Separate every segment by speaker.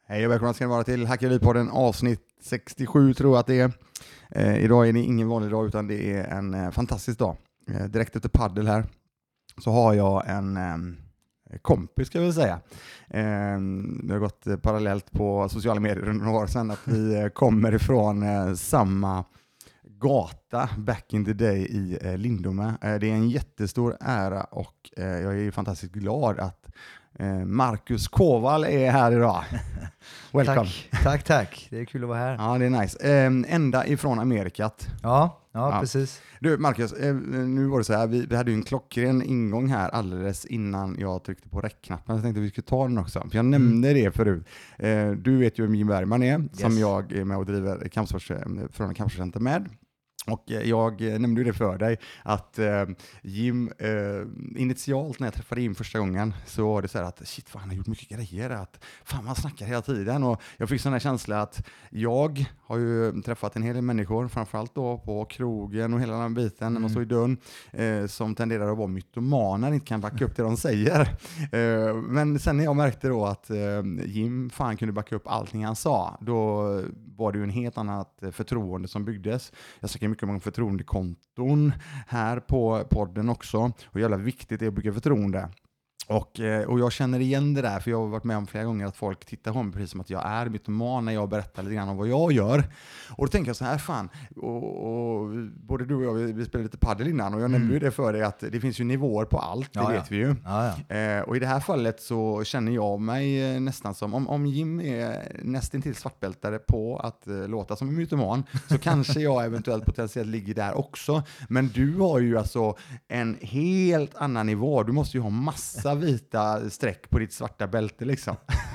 Speaker 1: Hej och välkomna ska ni vara till Hackeripodden avsnitt 67 tror jag att det är. Idag är det ingen vanlig dag utan det är en fantastisk dag. Direkt efter paddel här så har jag en kompis ska vi säga. Det har gått parallellt på sociala medier under några år sedan att vi kommer ifrån samma gata back in the day i Lindome. Det är en jättestor ära och jag är fantastiskt glad att Marcus Kåvall är här idag. Welcome.
Speaker 2: Tack. Det är kul att vara här.
Speaker 1: Ja, det är nice. Ända ifrån Amerikat.
Speaker 2: Ja, precis.
Speaker 1: Du, Marcus, nu var det så här, vi hade ju en klockren ingång här alldeles innan jag tryckte på räckknappen. Jag tänkte att vi skulle ta den också, för jag nämnde det förut. Du vet ju vem Jim Bergman är, som jag är med och driver från Kampsportscenter med. Och jag nämnde ju det för dig att Jim, initialt när jag träffade Jim första gången så var det så här att shit fan, han har gjort mycket grejer, att fan man snackar hela tiden, och jag fick sån här känsla att jag har ju träffat en hel del människor, framförallt då på krogen och hela den biten när man står i dörren, som tenderar att vara mytomaner, inte kan backa upp det de säger. Men sen när jag märkte då att Jim fan kunde backa upp allting han sa, då var det ju en helt annat förtroende som byggdes. Jag snackar mycket om förtroendekonton här på podden också. Och jävla viktigt är att bygga förtroende. Och jag känner igen det där, för jag har varit med om flera gånger att folk tittar på mig precis som att jag är mytoman när jag berättar lite grann om vad jag gör. Och då tänker jag så här, fan, och både du och jag, vi spelade lite paddel innan, och jag nämnde ju det för dig att det finns ju nivåer på allt, det vet vi ju. Ja. Och i det här fallet så känner jag mig nästan som, om Jim är nästintill svartbältare på att låta som en mytoman, så kanske jag eventuellt potentiellt ligger där också. Men du har ju alltså en helt annan nivå, du måste ju ha massa vita streck på ditt svarta bälte liksom.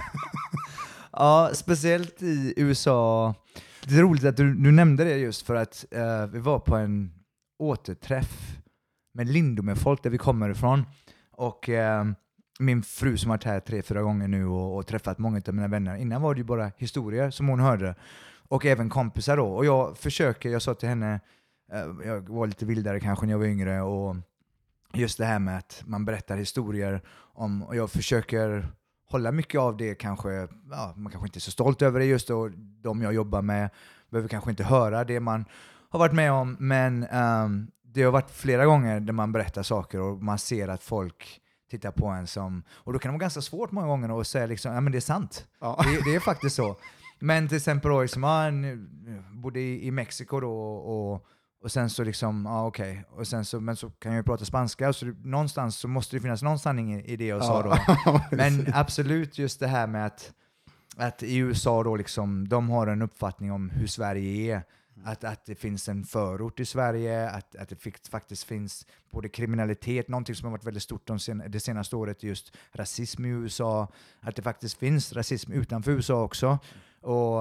Speaker 2: Ja, speciellt i USA. Det är roligt att du nämnde det just för att vi var på en återträff med Lindome-folk där vi kommer ifrån. Och min fru som har varit här 3-4 gånger nu och träffat många av mina vänner. Innan var det ju bara historier som hon hörde. Och även kompisar då. Och jag sa till henne, jag var lite vildare kanske när jag var yngre, och just det här med att man berättar historier om, och jag försöker hålla mycket av det kanske, man kanske inte är så stolt över det just då, de jag jobbar med behöver kanske inte höra det man har varit med om, men det har varit flera gånger där man berättar saker och man ser att folk tittar på en som, och då kan det vara ganska svårt många gånger att säga liksom, ja men det är sant, det är faktiskt så. Men till exempel då, liksom, bodde i Mexiko då, och sen så liksom, okej. Och sen så, men så kan jag ju prata spanska, så någonstans så måste det finnas någon sanning i det jag sa då. Men absolut just det här med att i USA då liksom, de har en uppfattning om hur Sverige är. Att det finns en förort i Sverige, att det faktiskt finns både kriminalitet, någonting som har varit väldigt stort det senaste året, just rasism i USA. Att det faktiskt finns rasism utanför USA också. Och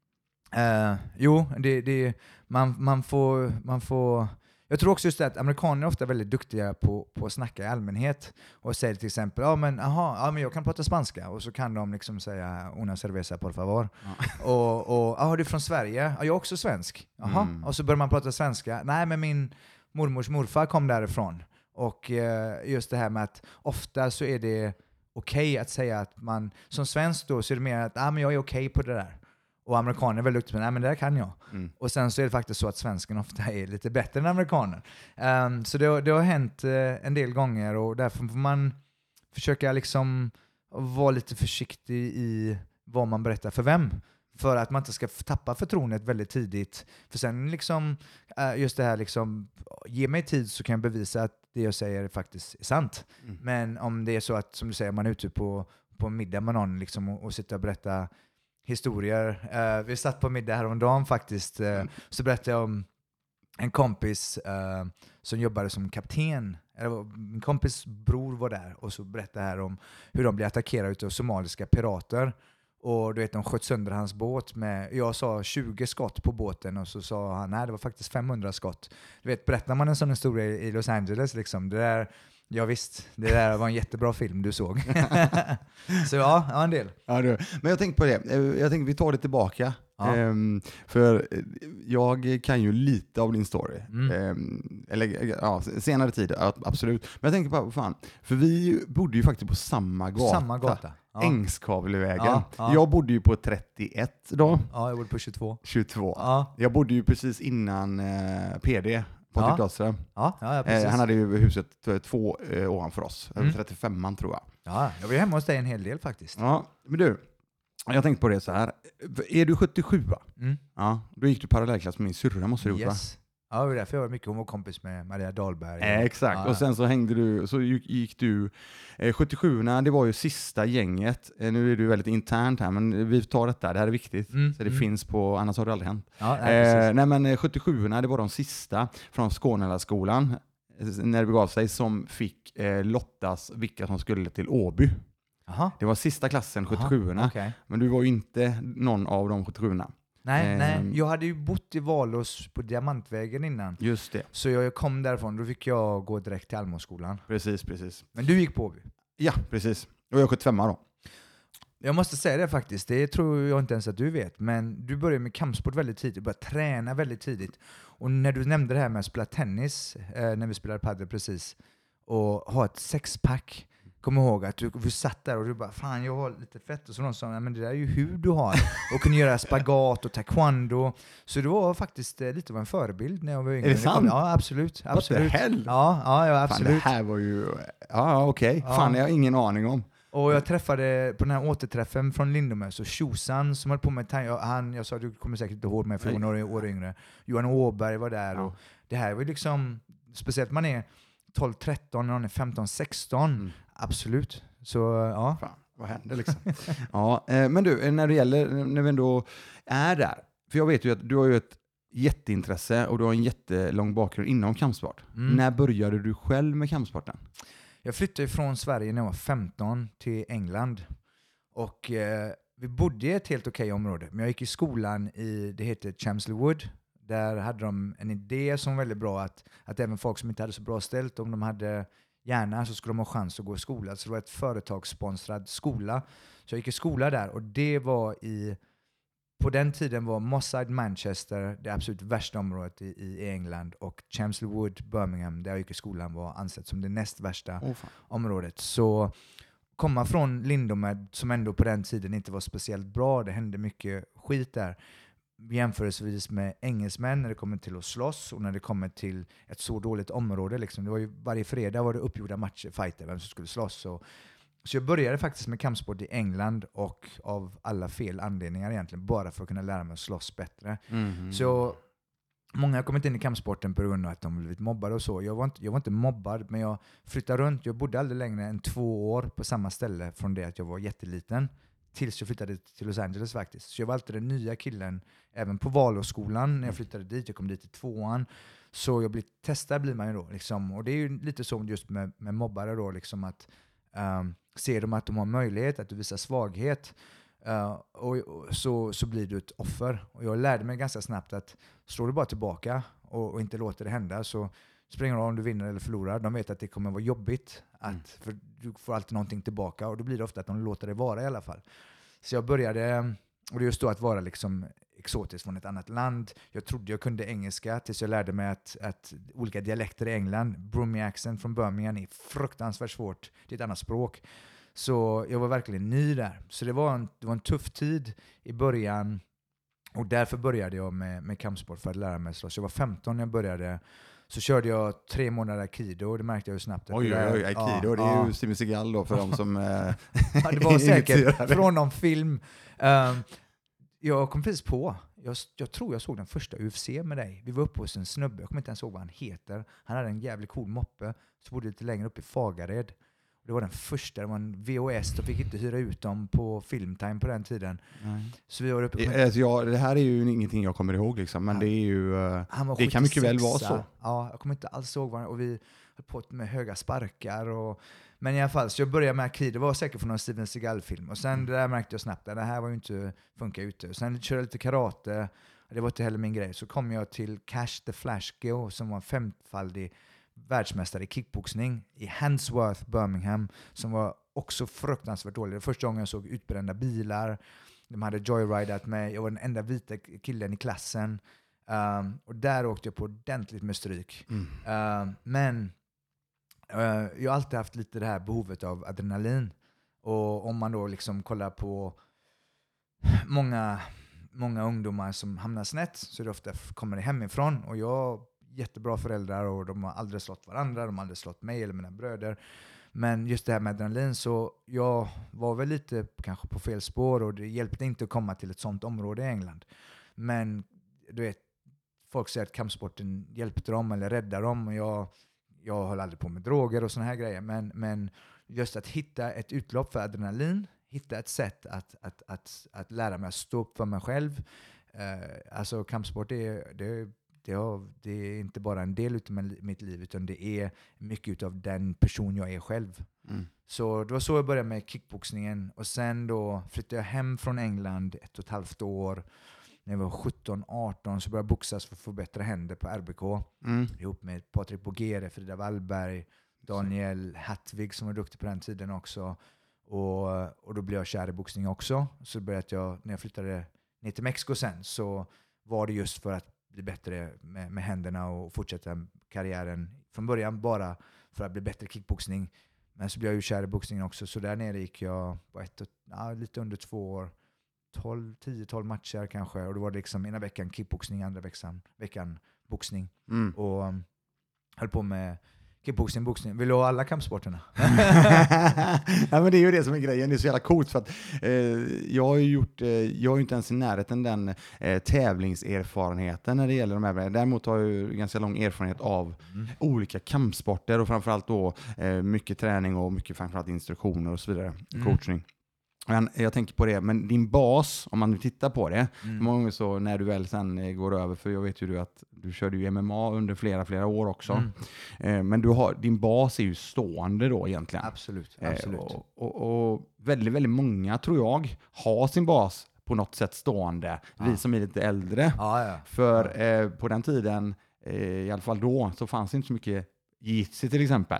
Speaker 2: man får. Jag tror också just det att amerikaner är ofta väldigt duktiga på att snacka i allmänhet och säger till exempel, men jag kan prata spanska, och så kan de liksom säga una cerveza por favor. Och du är från Sverige? Ja, jag är också svensk. Och så börjar man prata svenska. Nej, men min mormors morfar kom därifrån. Och just det här med att ofta så är det okej att säga att man som svensk då, så är det mer att men jag är okej på det där. Och amerikaner är väldigt duktiga, nej men det där kan jag. Och sen så är det faktiskt så att svensken ofta är lite bättre än amerikaner. Så det har hänt en del gånger, och därför får man försöka liksom vara lite försiktig i vad man berättar för vem. För att man inte ska tappa förtroendet väldigt tidigt. För sen liksom, just det här liksom, ge mig tid så kan jag bevisa att det jag säger faktiskt är sant. Men om det är så att, som du säger, man är ute på en middag med någon liksom, och sitter och berättar historier. Vi satt på middag häromdagen faktiskt. Så berättade jag om en kompis som jobbade som kapten. Min kompis bror var där, och så berättade här om hur de blev attackerade av somaliska pirater. Och du vet, de sköt sönder hans båt med, jag sa 20 skott på båten, och så sa han, nej det var faktiskt 500 skott. Du vet, berättar man en sån historia i Los Angeles liksom, det där, ja visst, det där var en jättebra film du såg. Så en del.
Speaker 1: Ja, men jag tänkte på det. Jag tänkte vi tar det tillbaka För jag kan ju lite av din story. Eller ja, senare tid, absolut. Men jag tänker bara, fan, för vi bodde ju faktiskt på samma gata.
Speaker 2: Ja.
Speaker 1: Ängskavlevägen. Jag bodde ju på 31 då.
Speaker 2: Ja, jag bodde på 22.
Speaker 1: Ja. Jag bodde ju precis innan PD. Patrik Dahlström.
Speaker 2: Precis.
Speaker 1: Han hade ju huset 2 ovanför oss. 35an tror jag.
Speaker 2: Ja, jag var hemma hos dig en hel del faktiskt.
Speaker 1: Ja, men du. Jag tänkte på det så här. Är du 77 va? Ja, då gick du parallellklass med min syrra, måste du gjort va?
Speaker 2: Ja, det var därför jag var mycket. Hon var kompis med Maria Dahlberg.
Speaker 1: Exakt, och sen så hängde du, så gick du 77orna, det var ju sista gänget. Nu är du väldigt internt här, men vi tar detta, det här är viktigt. Så det finns på, annars har det aldrig hänt. Nej men 77orna, det var de sista från Skånelaskolan, när det begav sig, som fick lottas vilka som skulle till Åby.
Speaker 2: Aha.
Speaker 1: Det var sista klassen, 77orna.
Speaker 2: Okay.
Speaker 1: Men du var ju inte någon av de 77orna.
Speaker 2: Nej, jag hade ju bott i Valås på Diamantvägen innan.
Speaker 1: Just det.
Speaker 2: Så jag kom därifrån, då fick jag gå direkt till Almåsskolan.
Speaker 1: Precis.
Speaker 2: Men du gick på Åby?
Speaker 1: Ja, precis. Och jag är 75 då.
Speaker 2: Jag måste säga det faktiskt, det tror jag inte ens att du vet, men du började med kampsport väldigt tidigt, du började träna väldigt tidigt. Och när du nämnde det här med att spela tennis, när vi spelade padel precis, och ha ett sexpack, kom ihåg att du satt där och du bara, fan jag har lite fett, och så någon sa, men det där är ju hur du har, och kunde göra spagat och taekwondo, så du var faktiskt lite av en förebild när jag var yngre.
Speaker 1: Är det sant?
Speaker 2: Ja, absolut.
Speaker 1: What the hell?
Speaker 2: Ja, absolut.
Speaker 1: Fan, det här var ju, okej. Fan, jag har ingen aning om.
Speaker 2: Och jag träffade på den här återträffen från Lindome, så Tjosan som höll på med jag sa, du kommer säkert inte ihåg mig för några år yngre. Johan Åberg var där, och det här var ju liksom, speciellt man är 12-13, när man är 15-16, absolut. Så ja.
Speaker 1: Fan, vad händer liksom? Men du, när vi ändå är där, för jag vet ju att du har ju ett jätteintresse och du har en jättelång bakgrund inom kampsport. När började du själv med kampsporten?
Speaker 2: Jag flyttade från Sverige när jag var 15 till England. Och vi bodde i ett helt okej område. Men jag gick i skolan det heter Chelmsley. Där hade de en idé som var väldigt bra, att även folk som inte hade så bra ställt, om de hade hjärna, så skulle de ha chans att gå i skola. Så det var ett företagssponsrad skola. Så jag gick i skola där, och det var på den tiden var Moss Side, Manchester det absolut värsta området i England, och Chelmsley Wood, Birmingham, där jag gick i skolan, var ansett som det näst värsta området. Så komma från Lindome, som ändå på den tiden inte var speciellt bra, det hände mycket skit där, jämförelsevis med engelsmän när det kommer till att slåss, och när det kommer till ett så dåligt område. Liksom. Det var ju, varje fredag var det uppgjorda matcher, fighter, vem som skulle slåss. Så jag började faktiskt med kampsport i England, och av alla fel anledningar egentligen, bara för att kunna lära mig att slåss bättre. Så många har kommit in i kampsporten på grund av att de blivit mobbade och så. Jag var inte mobbad, men jag flyttade runt. Jag bodde aldrig längre än 2 år på samma ställe från det att jag var jätteliten, tills jag flyttade till Los Angeles faktiskt. Så jag var alltid den nya killen, även på Valåsskolan när jag flyttade dit. Jag kom dit i 2:an. Så jag testad blir man ju då. Liksom. Och det är ju lite så just med mobbare då, liksom att ser de att de har möjlighet, att du visar svaghet, och så blir du ett offer. Och jag lärde mig ganska snabbt att slår du bara tillbaka och inte låter det hända, så springer om du vinner eller förlorar. De vet att det kommer vara jobbigt, för du får alltid någonting tillbaka, och då blir det ofta att de låter det vara i alla fall. Så jag började, och det är just då att vara liksom exotisk från ett annat land. Jag trodde jag kunde engelska tills jag lärde mig att olika dialekter i England, Brummie accent från Birmingham, är fruktansvärt svårt. Det är ett annat språk. Så jag var verkligen ny där. Så det var en tuff tid i början, och därför började jag med kampsport, för att lära mig slåss. Jag var 15 när jag började. Så körde jag 3 månader aikido, och det märkte jag ju snabbt.
Speaker 1: Oj, aikido, det är ju Steven Seagal då, för de som
Speaker 2: ja, det var säkert från någon film. Jag kom precis på, jag tror jag såg den första UFC med dig. Vi var uppe hos en snubbe, jag kommer inte ens ihåg vad han heter. Han hade en jävligt cool moppe, så bodde lite längre upp i Fagared. Det var den första, det var en VHS, de fick inte hyra ut dem på Filmtime på den tiden. Så vi var uppe
Speaker 1: det här är ju ingenting jag kommer ihåg liksom, men det är ju det kan mycket väl vara så.
Speaker 2: Ja, jag kommer inte alls ihåg vad, och vi höll på med höga sparkar, men i alla fall, så jag började med aikido, det var säkert från någon Steven Seagal-film, och sen det där märkte jag snabbt att det här var ju inte funka ute. Sen körde jag lite karate, det var inte heller min grej. Så kom jag till Cash the Flash Gill, som var en 5-faldig världsmästare i kickboxning i Handsworth, Birmingham, som var också fruktansvärt dålig. Det var första gången jag såg utbrända bilar. De hade joyridat mig. Jag var den enda vita killen i klassen. Och där åkte jag på ordentligt med stryk. Men jag har alltid haft lite det här behovet av adrenalin. Och om man då liksom kollar på många ungdomar som hamnar snett, så är det ofta kommer det hemifrån. Och jag har jättebra föräldrar och de har aldrig slått varandra, de har aldrig slått mig eller mina bröder. Men just det här med adrenalin, så jag var väl lite kanske på fel spår och det hjälpte inte att komma till ett sånt område i England. Men du vet, folk säger att kampsporten hjälpte dem eller räddar dem, och jag höll aldrig på med droger och såna här grejer. Men just att hitta ett utlopp för adrenalin, hitta ett sätt att lära mig att stå upp för mig själv. Alltså kampsport det är inte bara en del av mitt liv, utan det är mycket av den person jag är själv. Så det var så jag började med kickboxningen. Och sen då flyttade jag hem från England 1,5 år. När jag var 17-18 så började jag boxas för att få bättre händer på RBK. Ihop med Patrik Bogere, Frida Wallberg, Daniel Hattvig som var duktig på den tiden också. Och då blev jag kär i boxning också. Så började jag, när jag flyttade ner till Mexiko sen, så var det just för att bli bättre med händerna och fortsätta karriären från början bara för att bli bättre i kickboxning. Men så blev jag ju kär i boxningen också. Så där nere gick jag på lite under 2 år. 10-12 matcher kanske. Och då var det liksom ena veckan kickboxning, andra veckan boxning. Och höll på med kickboxning. Vill du ha alla kampsporterna?
Speaker 1: Ja, men det är ju det som är grejen. Det är så jävla coolt för att jag har ju inte ens i närheten den tävlingserfarenheten när det gäller de här. Däremot har jag ju ganska lång erfarenhet av olika kampsporter och framförallt då mycket träning och mycket framförallt instruktioner och så vidare, coaching. Men jag tänker på det, men din bas, om man nu tittar på det, många gånger så när du väl sen går över, för jag vet ju att du körde ju MMA under flera år också, men din bas är ju stående då egentligen.
Speaker 2: Absolut.
Speaker 1: Och väldigt, väldigt många tror jag har sin bas på något sätt stående, vi som är lite äldre. För på den tiden, i alla fall då, så fanns det inte så mycket jiu-jitsu till exempel.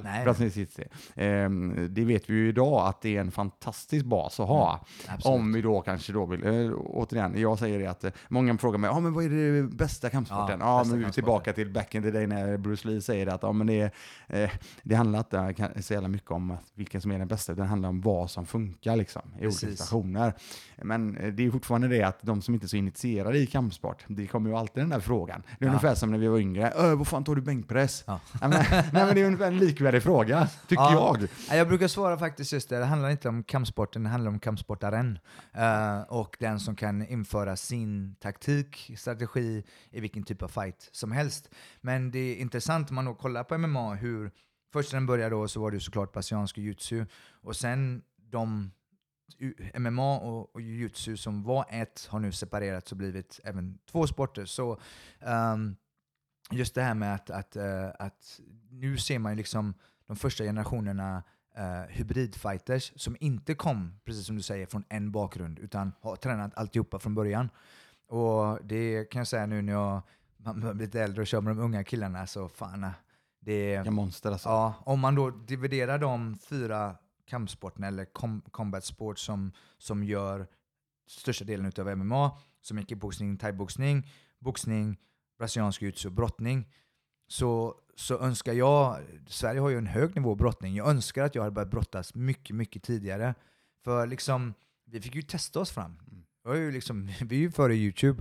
Speaker 1: Det vet vi ju idag att det är en fantastisk bas att ha. Om vi då kanske då vill, återigen, jag säger det att många frågar mig, men vad är det bästa kampsporten? Men vi är tillbaka till back in the day när Bruce Lee säger att men det handlar inte så jävla mycket om vilken som är den bästa, det handlar om vad som funkar liksom, i olika situationer. Men det är fortfarande det att de som inte är så initierade i kampsport, det kommer ju alltid den där frågan. Det är ungefär som när vi var yngre, vad fan tar du bänkpress? Nej, men det är ungefär en likvärdig fråga, tycker jag.
Speaker 2: Jag brukar svara faktiskt just det handlar inte om kampsporten, det handlar om kampsportaren. Och den som kan införa sin strategi i vilken typ av fight som helst. Men det är intressant om man då kollar på MMA, hur först när den började då så var det såklart brasiliansk jiu-jitsu. Och sen de MMA och jiu-jitsu som var ett har nu separerats och blivit även 2 sporter. Så just det här med att nu ser man ju liksom de första generationerna hybridfighters som inte kom, precis som du säger, från en bakgrund utan har tränat alltihopa från början. Och det kan jag säga nu när man blir lite äldre och kör med de unga killarna, så fan, det är
Speaker 1: monster alltså.
Speaker 2: Ja, om man då dividerar de 4 kampsporterna eller combat sports som gör största delen utav MMA, som är kickboxning, thaiboxning, boxning, brasiliansk jiu-jitsu, brottning, så önskar jag, Sverige har ju en hög nivå brottning, jag önskar att jag hade börjat brottas mycket, mycket tidigare. För liksom, vi fick ju testa oss fram. Vi är ju före YouTube.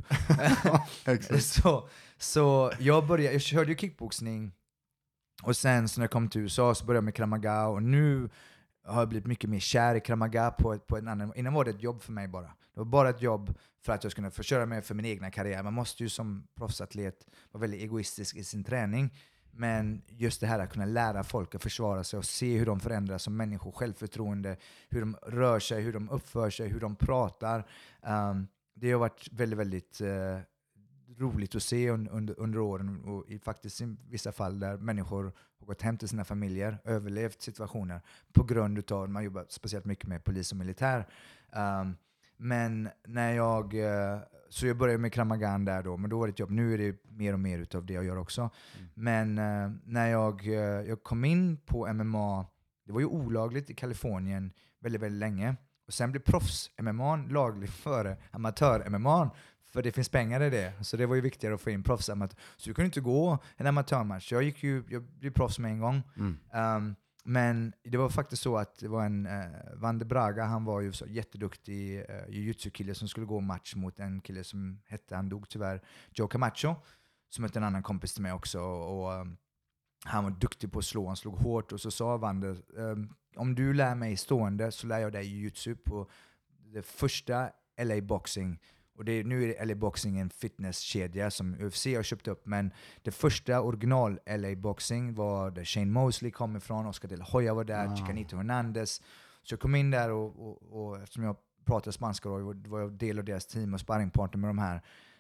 Speaker 2: så jag körde ju kickboxning, och sen så när jag kom till USA så började jag med Krav Maga, och nu har jag blivit mycket mer kär i Krav Maga på en annan. Innan var det ett jobb för mig bara. Det var bara ett jobb för att jag skulle försörja mig för min egna karriär. Man måste ju som proffsatlet vara väldigt egoistisk i sin träning. Men just det här att kunna lära folk att försvara sig och se hur de förändras som människor, självförtroende, hur de rör sig, hur de uppför sig, hur de pratar. Det har varit väldigt, väldigt roligt att se under åren, och faktiskt i vissa fall där människor har gått hem till sina familjer, överlevt situationer på grund utav att man jobbar speciellt mycket med polis och militär. Men så jag började med Krav Maga där då, men då var det ett jobb. Nu är det mer och mer utav det jag gör också. Men när jag kom in på MMA, det var ju olagligt i Kalifornien väldigt, väldigt länge. Och sen blir proffs-MMA laglig före amatör-MMA. För det finns pengar i det. Så det var ju viktigare att få in proffs-amatör. Så du kunde inte gå en amatörmatch. Jag blev proffs med en gång. Men det var faktiskt så att det var en Vander Braga, han var ju så jätteduktig jiu-jitsu-kille som skulle gå match mot en kille som hette, han dog tyvärr, Joe Camacho, som hette en annan kompis till mig också. Och han var duktig på att slå, han slog hårt. Och så sa Vander, om du lär mig stående så lär jag dig jiu-jitsu på det första LA Boxing. Och nu är LA Boxing en fitnesskedja som UFC har köpt upp, men det första original LA Boxing var där Shane Mosley kom ifrån, Oscar de la Hoya var där, Chicanito Hernandez. Så jag kom in där och eftersom jag pratade spanska då, var jag del av deras team och sparringpartner med de här.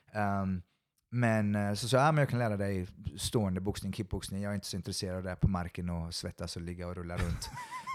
Speaker 2: Men så sa jag, men jag kan lära dig stående boxning, kickboxning. Jag är inte så intresserad av det här på marken och svettas och ligga och rulla runt.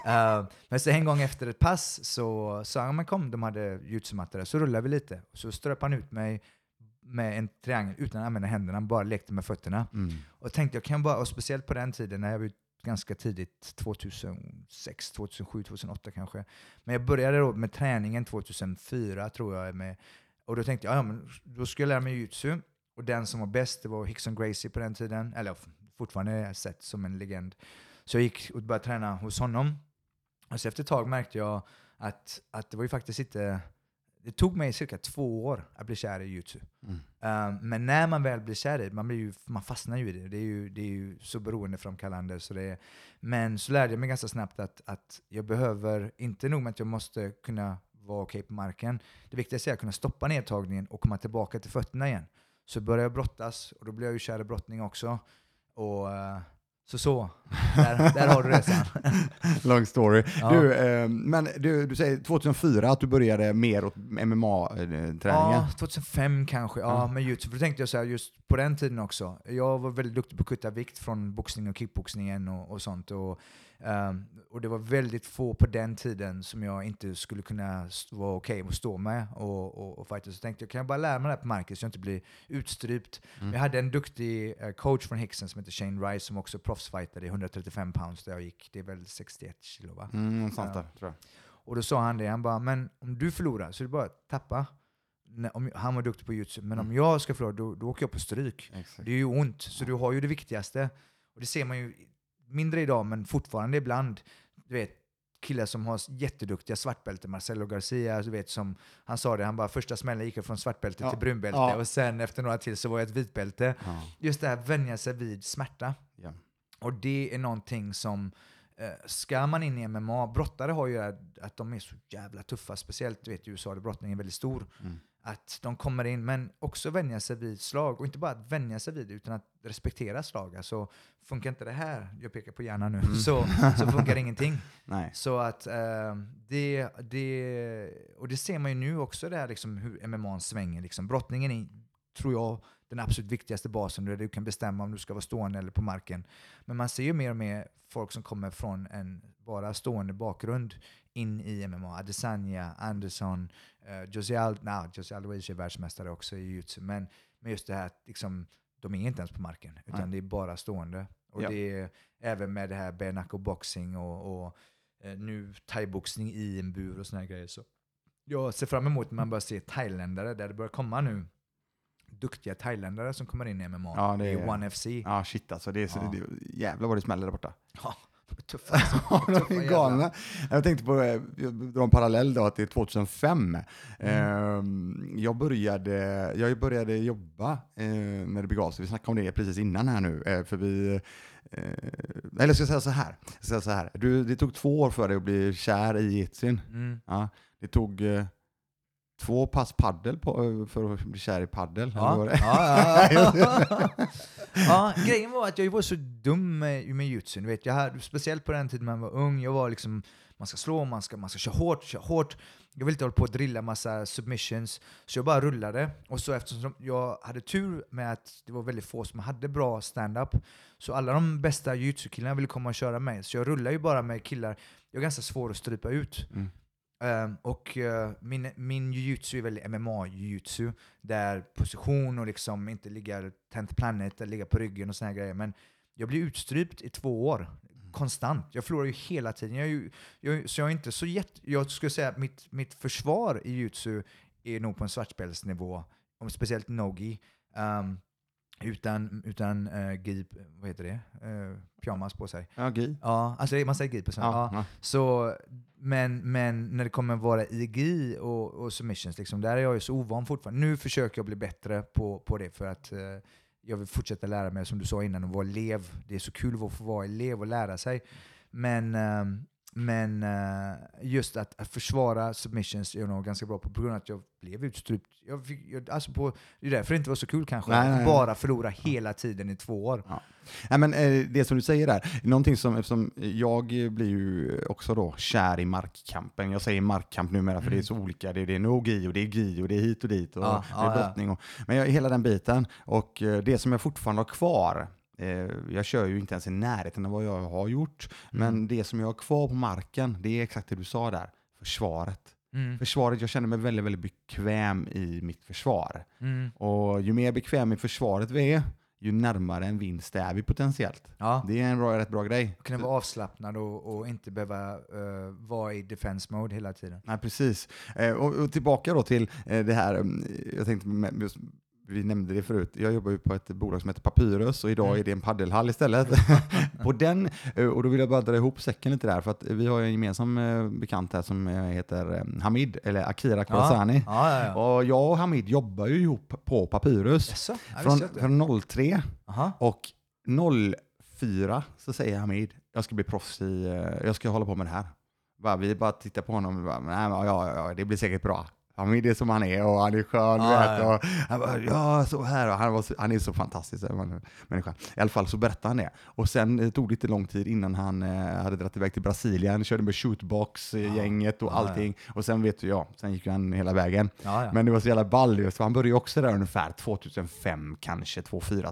Speaker 2: Men så en gång efter ett pass så sa han, men kom, de hade jutsumattor, så rullade vi lite. Så ströp han ut mig med en triangel utan att använda händerna, bara lekte med fötterna. Och tänkte, jag kan bara, och speciellt på den tiden när jag var ganska tidigt, 2006, 2007, 2008 kanske. Men jag började då med träningen 2004 tror jag. Och då tänkte jag, ja, men då skulle jag lära mig jutsu. Och den som var bäst, det var Rickson Gracie på den tiden. Eller fortfarande sett som en legend. Så jag gick och började träna hos honom. Och så efter ett tag märkte jag att det var ju faktiskt inte... Det tog mig cirka 2 år att bli kär i jiu-jitsu. Men när man väl blir kär i det, man fastnar ju i det. Det är ju så beroendeframkallande. Men så lärde jag mig ganska snabbt att jag behöver, inte nog med att jag måste kunna vara okej på marken. Det viktigaste är att kunna stoppa nedtagningen och komma tillbaka till fötterna igen. Så började jag brottas och då blev jag ju kär i brottning också. Och så. Där har du det sen.
Speaker 1: Long story.
Speaker 2: Ja.
Speaker 1: Men du säger 2004 att du började mer åt MMA-träningen.
Speaker 2: Ja, 2005 kanske. Ja, med jiu-jitsu. För då tänkte jag så här, just på den tiden också. Jag var väldigt duktig på att kutta vikt från boxning och kickboxningen och sånt. Och det var väldigt få på den tiden som jag inte skulle kunna vara okej att stå med och fighta. Så tänkte jag, kan jag bara lära mig det här på marken så jag inte blir utstrypt. Jag hade en duktig coach från Hickson som heter Shane Rice som också proffsfightade i 135 pounds där jag gick. Det är väl 61 kilo va?
Speaker 1: Sånt där, tror jag.
Speaker 2: Och då sa han det, han bara, men om du förlorar så är det bara att tappa. Han var duktig på jiu-jitsu, men om jag ska förlora då åker jag på stryk.
Speaker 1: Exakt.
Speaker 2: Det är ju ont, så du har ju det viktigaste. Och det ser man ju mindre idag, men fortfarande ibland. Du vet, killar som har jätteduktiga svartbälte, Marcelo Garcia, du vet, som han sa det, han bara första smällen gick jag från svartbälte till brunbälte och sen efter några till så var jag ett vitbälte. Just det här, vänja sig vid smärta. Och det är någonting som ska man in i MMA, brottare har ju att de är så jävla tuffa, speciellt du vet i USA där brottningen är väldigt stor. Att de kommer in, men också vänja sig vid slag. Och inte bara att vänja sig vid det, utan att respektera slag. Alltså, funkar inte det här, jag pekar på hjärnan nu, så funkar ingenting.
Speaker 1: Nej.
Speaker 2: Så att och det ser man ju nu också, det här, liksom, hur MMA svänger. Liksom. Brottningen är, tror jag, den absolut viktigaste basen där du kan bestämma om du ska vara stående eller på marken. Men man ser ju mer och mer folk som kommer från en bara stående bakgrund in i MMA. Adesanya, Anderson, Jose Aldo är ju världsmästare också i jiu-jitsu. Men just det här, liksom, de är inte ens på marken, utan det är bara stående. Och det är även med det här bare knuckle boxing och nu thaiboxning i en bur och såna här grejer. Så jag ser fram emot att man börjar se thailändare där det börjar komma nu. Duktiga thailändare som kommer in i MMA.
Speaker 1: Ja, det är
Speaker 2: ONE FC.
Speaker 1: Ja, shit alltså. Det är jävlar vad det smäller där borta.
Speaker 2: Ja, de är tuffa. Alltså.
Speaker 1: De är galna. Jag tänkte på dra en parallell då till 2005. Jag började jobba när det begav sig. Vi snackade om det precis innan här nu. För vi... eller jag ska säga så här. Det tog 2 år för dig att bli kär i jitsin. Ja, det tog... 2 pass paddel för att bli kär i paddel.
Speaker 2: Ja, grejen var att jag var så dum med jiu-jitsu. Vet, speciellt på den tiden man var ung. Jag var liksom, man ska slå, man ska köra hårt. Jag ville inte hålla på att drilla massa submissions. Så jag bara rullade. Och så eftersom jag hade tur med att det var väldigt få som hade bra stand-up. Så alla de bästa jiu-jitsu-killarna ville komma och köra mig. Så jag rullar ju bara med killar. Jag är ganska svår att strypa ut. Min jiu-jitsu är väldigt MMA-jiu-jitsu där position och liksom inte ligga 10th planet eller ligga på ryggen och såna här grejer, men jag blev utstrypt i 2 år konstant. Jag förlorar ju hela tiden. Så jag är inte så jag skulle säga att mitt försvar i jiu-jitsu är nog på en svartbältsnivå, speciellt no-gi. Utan gi, vad heter det? Pyjamas på sig.
Speaker 1: Ja, gi.
Speaker 2: Ja, alltså man säger gi på sig. Ja. Så, men när det kommer vara i gi och submissions, liksom, där är jag ju så ovan fortfarande. Nu försöker jag bli bättre på det för att jag vill fortsätta lära mig, som du sa innan, att vara elev. Det är så kul att få vara elev och lära sig. Men just att försvara submissions är jag nog ganska bra på grund av att jag blev utstrypt. Det är därför det inte var så kul kanske. Nej. Bara förlora hela tiden i 2 år.
Speaker 1: Ja. Nej, men det som du säger där, någonting som jag blir ju också då kär i markkampen. Jag säger markkamp numera för det är så olika. Det är no-gi och det är gi och det är hit och dit och det är brottning. Men hela den biten. Och det som jag fortfarande har kvar, jag kör ju inte ens i närheten av vad jag har gjort. Men det som jag har kvar på marken, det är exakt det du sa där. Försvaret. Försvaret, jag känner mig väldigt, väldigt bekväm i mitt försvar. Och ju mer bekväm i försvaret vi är, ju närmare en vinst är vi potentiellt. Ja. Det är en rätt bra grej.
Speaker 2: Kunna vara avslappnad och inte behöva vara i defense mode hela tiden.
Speaker 1: Nej, precis. Och tillbaka då till det här, jag tänkte vi nämnde det förut. Jag jobbar ju på ett bolag som heter Papyrus och idag är det en paddelhall istället. På den, och då vill jag bara dra ihop säcken lite där för att vi har en gemensam bekant här som heter Hamid, eller Akira Khorasani. Ja. Och jag och Hamid jobbar ju ihop på Papyrus. Från 03 och 04 så säger Hamid, jag ska bli proffs jag ska hålla på med det här. Vi bara tittar på honom och bara, ja, det blir säkert bra. Han är det som han är och han är skön. Och han bara, så här. Och han är så fantastisk människa. I alla fall så berättade han det. Och sen tog det inte lång tid innan han hade dragit iväg till Brasilien. Körde med shootbox-gänget och allting. Och sen sen gick han hela vägen. Men det var så jävla ball. Så han började också där ungefär 2005 kanske.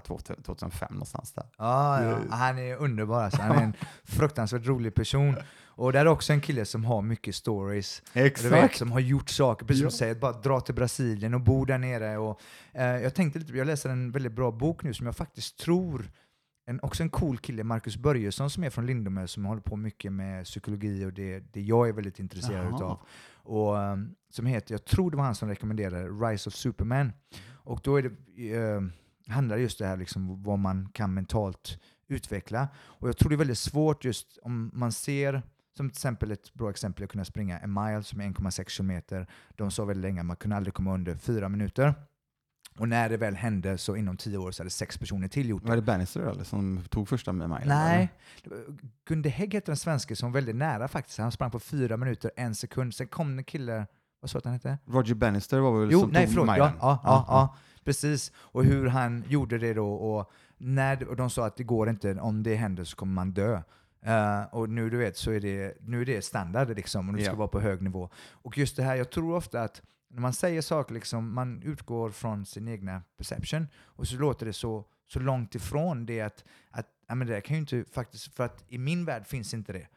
Speaker 1: 2005 någonstans där.
Speaker 2: Han är underbar. Alltså. Han är en fruktansvärt rolig person. Och där är också en kille som har mycket stories.
Speaker 1: Exakt.
Speaker 2: Du vet, som har gjort saker. Precis som du säger, bara dra till Brasilien och bo där nere. Och, jag läser en väldigt bra bok nu som jag faktiskt tror, också en cool kille, Marcus Börjesson, som är från Lindome, som håller på mycket med psykologi och det jag är väldigt intresserad utav. Och som heter, jag tror det var han som rekommenderade Rise of Superman. Och då är det, handlar just det här liksom, vad man kan mentalt utveckla. Och jag tror det är väldigt svårt just om man ser, som till exempel ett bra exempel, att kunna springa en mile som är 1,6 kilometer. De sa väldigt länge att man kunde aldrig komma under 4 minuter. Och när det väl hände så inom 10 år så hade 6 personer till gjort det.
Speaker 1: Var det Bannister eller som tog första med mile?
Speaker 2: Nej, Gunde Hägg heter den svenske som var väldigt nära faktiskt. Han sprang på 4 minuter, 1 sekund. Sen kom en kille, vad sa att han hette?
Speaker 1: Roger Bannister var väl som tog milen?
Speaker 2: Ja, precis. Och hur han gjorde det då. Och de sa att det går inte, om det händer så kommer man dö. Och nu, du vet, så är det standard liksom, om du ska vara på hög nivå. Och just det här, jag tror ofta att när man säger saker liksom, man utgår från sin egna perception och så låter det så långt ifrån det att men det kan ju inte faktiskt, för att i min värld finns inte det.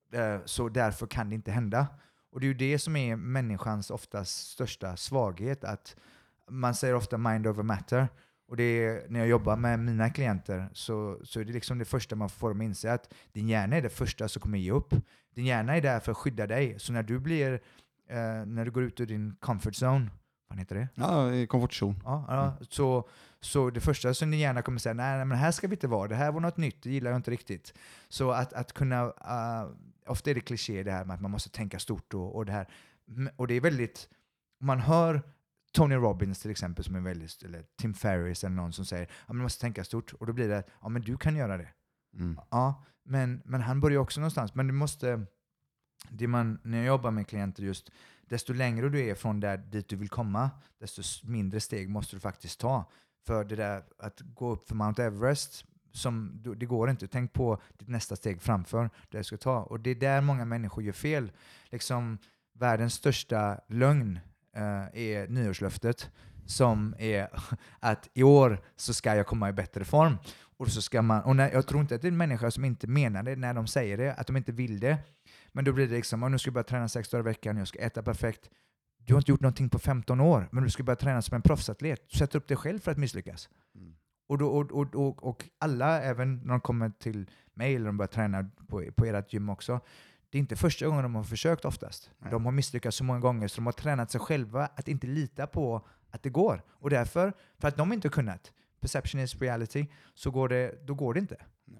Speaker 2: Så därför kan det inte hända. Och det är ju det som är människans oftast största svaghet, att man säger ofta mind over matter. Och det är, när jag jobbar med mina klienter så är det liksom det första man får dem att inse, att din hjärna är det första som kommer ge upp. Din hjärna är där för att skydda dig. Så när du blir när du går ut ur din comfort zone, vad heter det?
Speaker 1: Ja, komfortzon.
Speaker 2: Så det första som din hjärna kommer säga, nej men här ska vi inte vara. Det här var något nytt, det gillar jag inte riktigt. Så att kunna, ofta är det kliché det här med att man måste tänka stort och det här. Och det är väldigt, man hör Tony Robbins till exempel, som är väldigt, eller Tim Ferriss eller någon som säger att man måste tänka stort, och då blir det, ja men du kan göra det. Ja, men han börjar också någonstans, men du måste, när jag jobbar med klienter just, desto längre du är från dit du vill komma, desto mindre steg måste du faktiskt ta. För det där att gå upp för Mount Everest, det går inte. Tänk på ditt nästa steg framför det du ska ta. Och det är där många människor gör fel. Liksom, världens största lögn är nyårslöftet, som är att i år så ska jag komma i bättre form. Och så ska man, jag tror inte att det är en människa som inte menar det när de säger det, att de inte vill det. Men då blir det liksom, nu ska jag börja träna 6 dagar i veckan, jag ska äta perfekt. Du har inte gjort någonting på 15 år, men du ska börja träna som en proffsatlet. Du sätter upp dig själv för att misslyckas. Och alla, även när de kommer till mig eller de börjar träna på ert gym också. Det är inte första gången de har försökt oftast.
Speaker 1: Nej.
Speaker 2: De har misslyckats så många gånger så de har tränat sig själva att inte lita på att det går. Och därför, för att de inte har kunnat, perception is reality, då går det inte.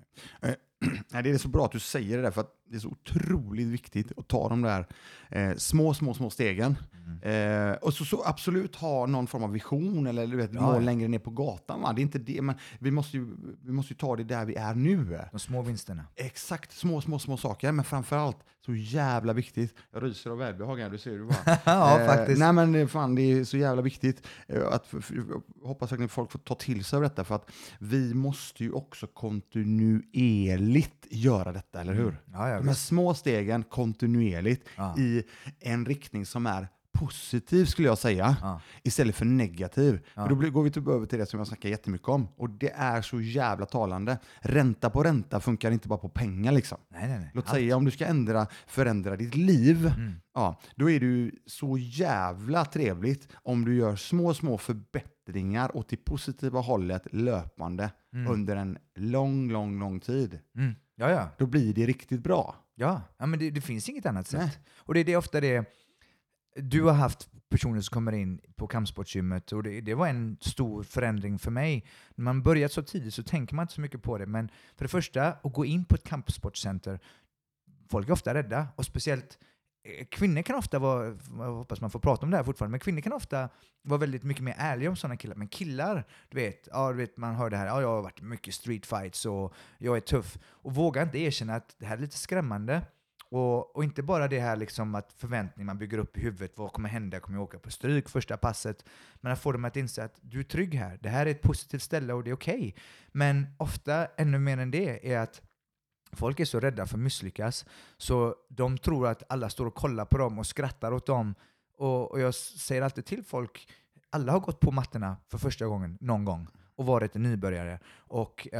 Speaker 1: Nej, det är så bra att du säger det där, för att det är så otroligt viktigt att ta de där små stegen. Och så absolut ha någon form av vision eller du vet, mål längre ner på gatan. Va? Det är inte det, men vi måste ju ta det där vi är nu.
Speaker 2: De små vinsterna.
Speaker 1: Exakt, små saker, men framförallt så jävla viktigt. Jag ryser av välbehag här, du ser du bara.
Speaker 2: Ja, faktiskt.
Speaker 1: Nej men fan, det är så jävla viktigt att hoppas att folk får ta till sig av detta, för att vi måste ju också kontinuerligt göra detta, eller hur?
Speaker 2: Ja,
Speaker 1: De här små stegen kontinuerligt i en riktning som är positiv, skulle jag säga, istället för negativ. För då går vi över till det som jag snackar jättemycket om, och det är så jävla talande. Ränta på ränta funkar inte bara på pengar liksom.
Speaker 2: Nej.
Speaker 1: Låt säga om du ska förändra ditt liv, då är det ju så jävla trevligt om du gör små förbättringar åt det positiva hållet löpande under en lång tid.
Speaker 2: Ja.
Speaker 1: Då blir det riktigt bra.
Speaker 2: Ja, men det finns inget annat sätt. Nej. Och det är ofta det. Du har haft personer som kommer in på kampsportsgymmet, och det var en stor förändring för mig. När man börjat så tidigt så tänker man inte så mycket på det, men för det första, att gå in på ett kampsportcenter, folk är ofta rädda, och speciellt kvinnor kan ofta vara, jag hoppas man får prata om det här fortfarande, men kvinnor kan ofta vara väldigt mycket mer ärliga om sådana killar. Men killar, du vet, man hör det här, jag har varit mycket street fights och jag är tuff, och vågar inte erkänna att det här är lite skrämmande. Och inte bara det här liksom att förväntningar man bygger upp i huvudet, vad kommer hända, kommer jag åka på stryk första passet, men att få dem att inse att du är trygg här, det här är ett positivt ställe och det är okej. Men ofta ännu mer än det är att folk är så rädda för att misslyckas, så de tror att alla står och kollar på dem och skrattar åt dem. Och jag säger alltid till folk, alla har gått på mattorna för första gången någon gång och varit en nybörjare, och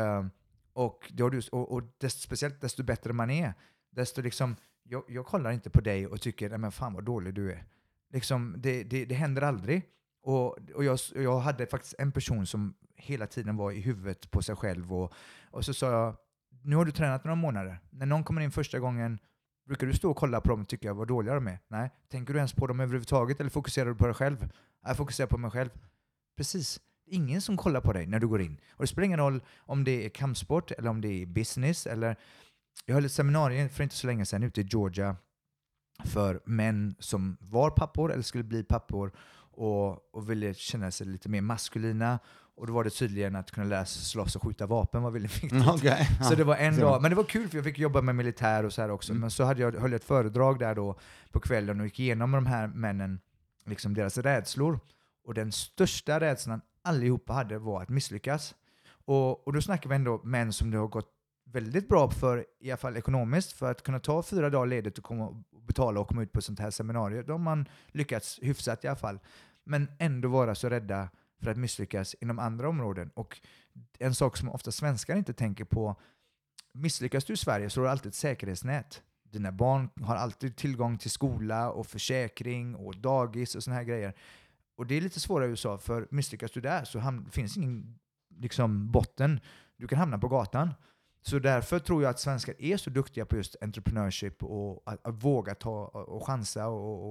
Speaker 2: speciellt desto bättre man är, desto liksom, jag kollar inte på dig och tycker, men fan vad dålig du är. Liksom, det händer aldrig. Och jag hade faktiskt en person som hela tiden var i huvudet på sig själv, och så sa jag, nu har du tränat några månader. När någon kommer in första gången, brukar du stå och kolla på dem och tycka vad dåliga de är? Nej. Tänker du ens på dem överhuvudtaget, eller fokuserar du på dig själv? Jag fokuserar på mig själv. Precis. Ingen som kollar på dig när du går in. Och det spelar ingen roll om det är kampsport eller om det är business, eller jag höll ett seminarium för inte så länge sedan ute i Georgia för män som var pappor eller skulle bli pappor och ville känna sig lite mer maskulina. Och då var det tydligen att kunna lära sig slåss och skjuta vapen var väldigt viktigt.
Speaker 1: Okay.
Speaker 2: Så det var en dag, men det var kul för jag fick jobba med militär och så här också. Men så höll jag ett föredrag där då på kvällen och gick igenom de här männen, liksom deras rädslor. Och den största rädslan allihopa hade var att misslyckas. Och då snackar vi ändå män som det har gått väldigt bra för, i alla fall ekonomiskt, för att kunna ta 4 dagar ledigt och betala och komma ut på sånt här seminarium. Då har man lyckats hyfsat i alla fall. Men ändå vara så rädda för att misslyckas inom andra områden. Och en sak som ofta svenskar inte tänker på, misslyckas du i Sverige så har du alltid ett säkerhetsnät. Dina barn har alltid tillgång till skola och försäkring och dagis och såna här grejer. Och det är lite svårare i USA, för misslyckas du där så finns ingen liksom botten. Du kan hamna på gatan. Så därför tror jag att svenskar är så duktiga på just entrepreneurship och att våga ta och chansa.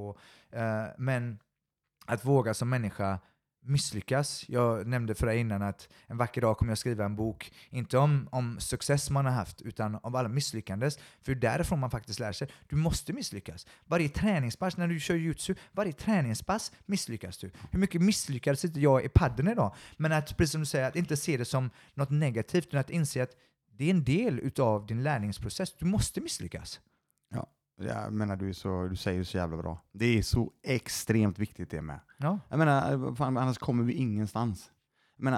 Speaker 2: Men att våga som människa misslyckas. Jag nämnde för dig innan att en vacker dag kommer jag skriva en bok, inte om success man har haft, utan om alla misslyckandes. För därifrån man faktiskt lär sig. Du måste misslyckas. Varje träningspass, när du kör jutsu, varje träningspass misslyckas du. Hur mycket misslyckades inte jag i padden idag? Men att, precis som du säger, att inte se det som något negativt, utan att inse att det är en del utav din lärningsprocess. Du måste misslyckas.
Speaker 1: Ja, jag menar du säger så jävla bra. Det är så extremt viktigt det med.
Speaker 2: Ja.
Speaker 1: Jag menar, fan, annars kommer vi ingenstans. Det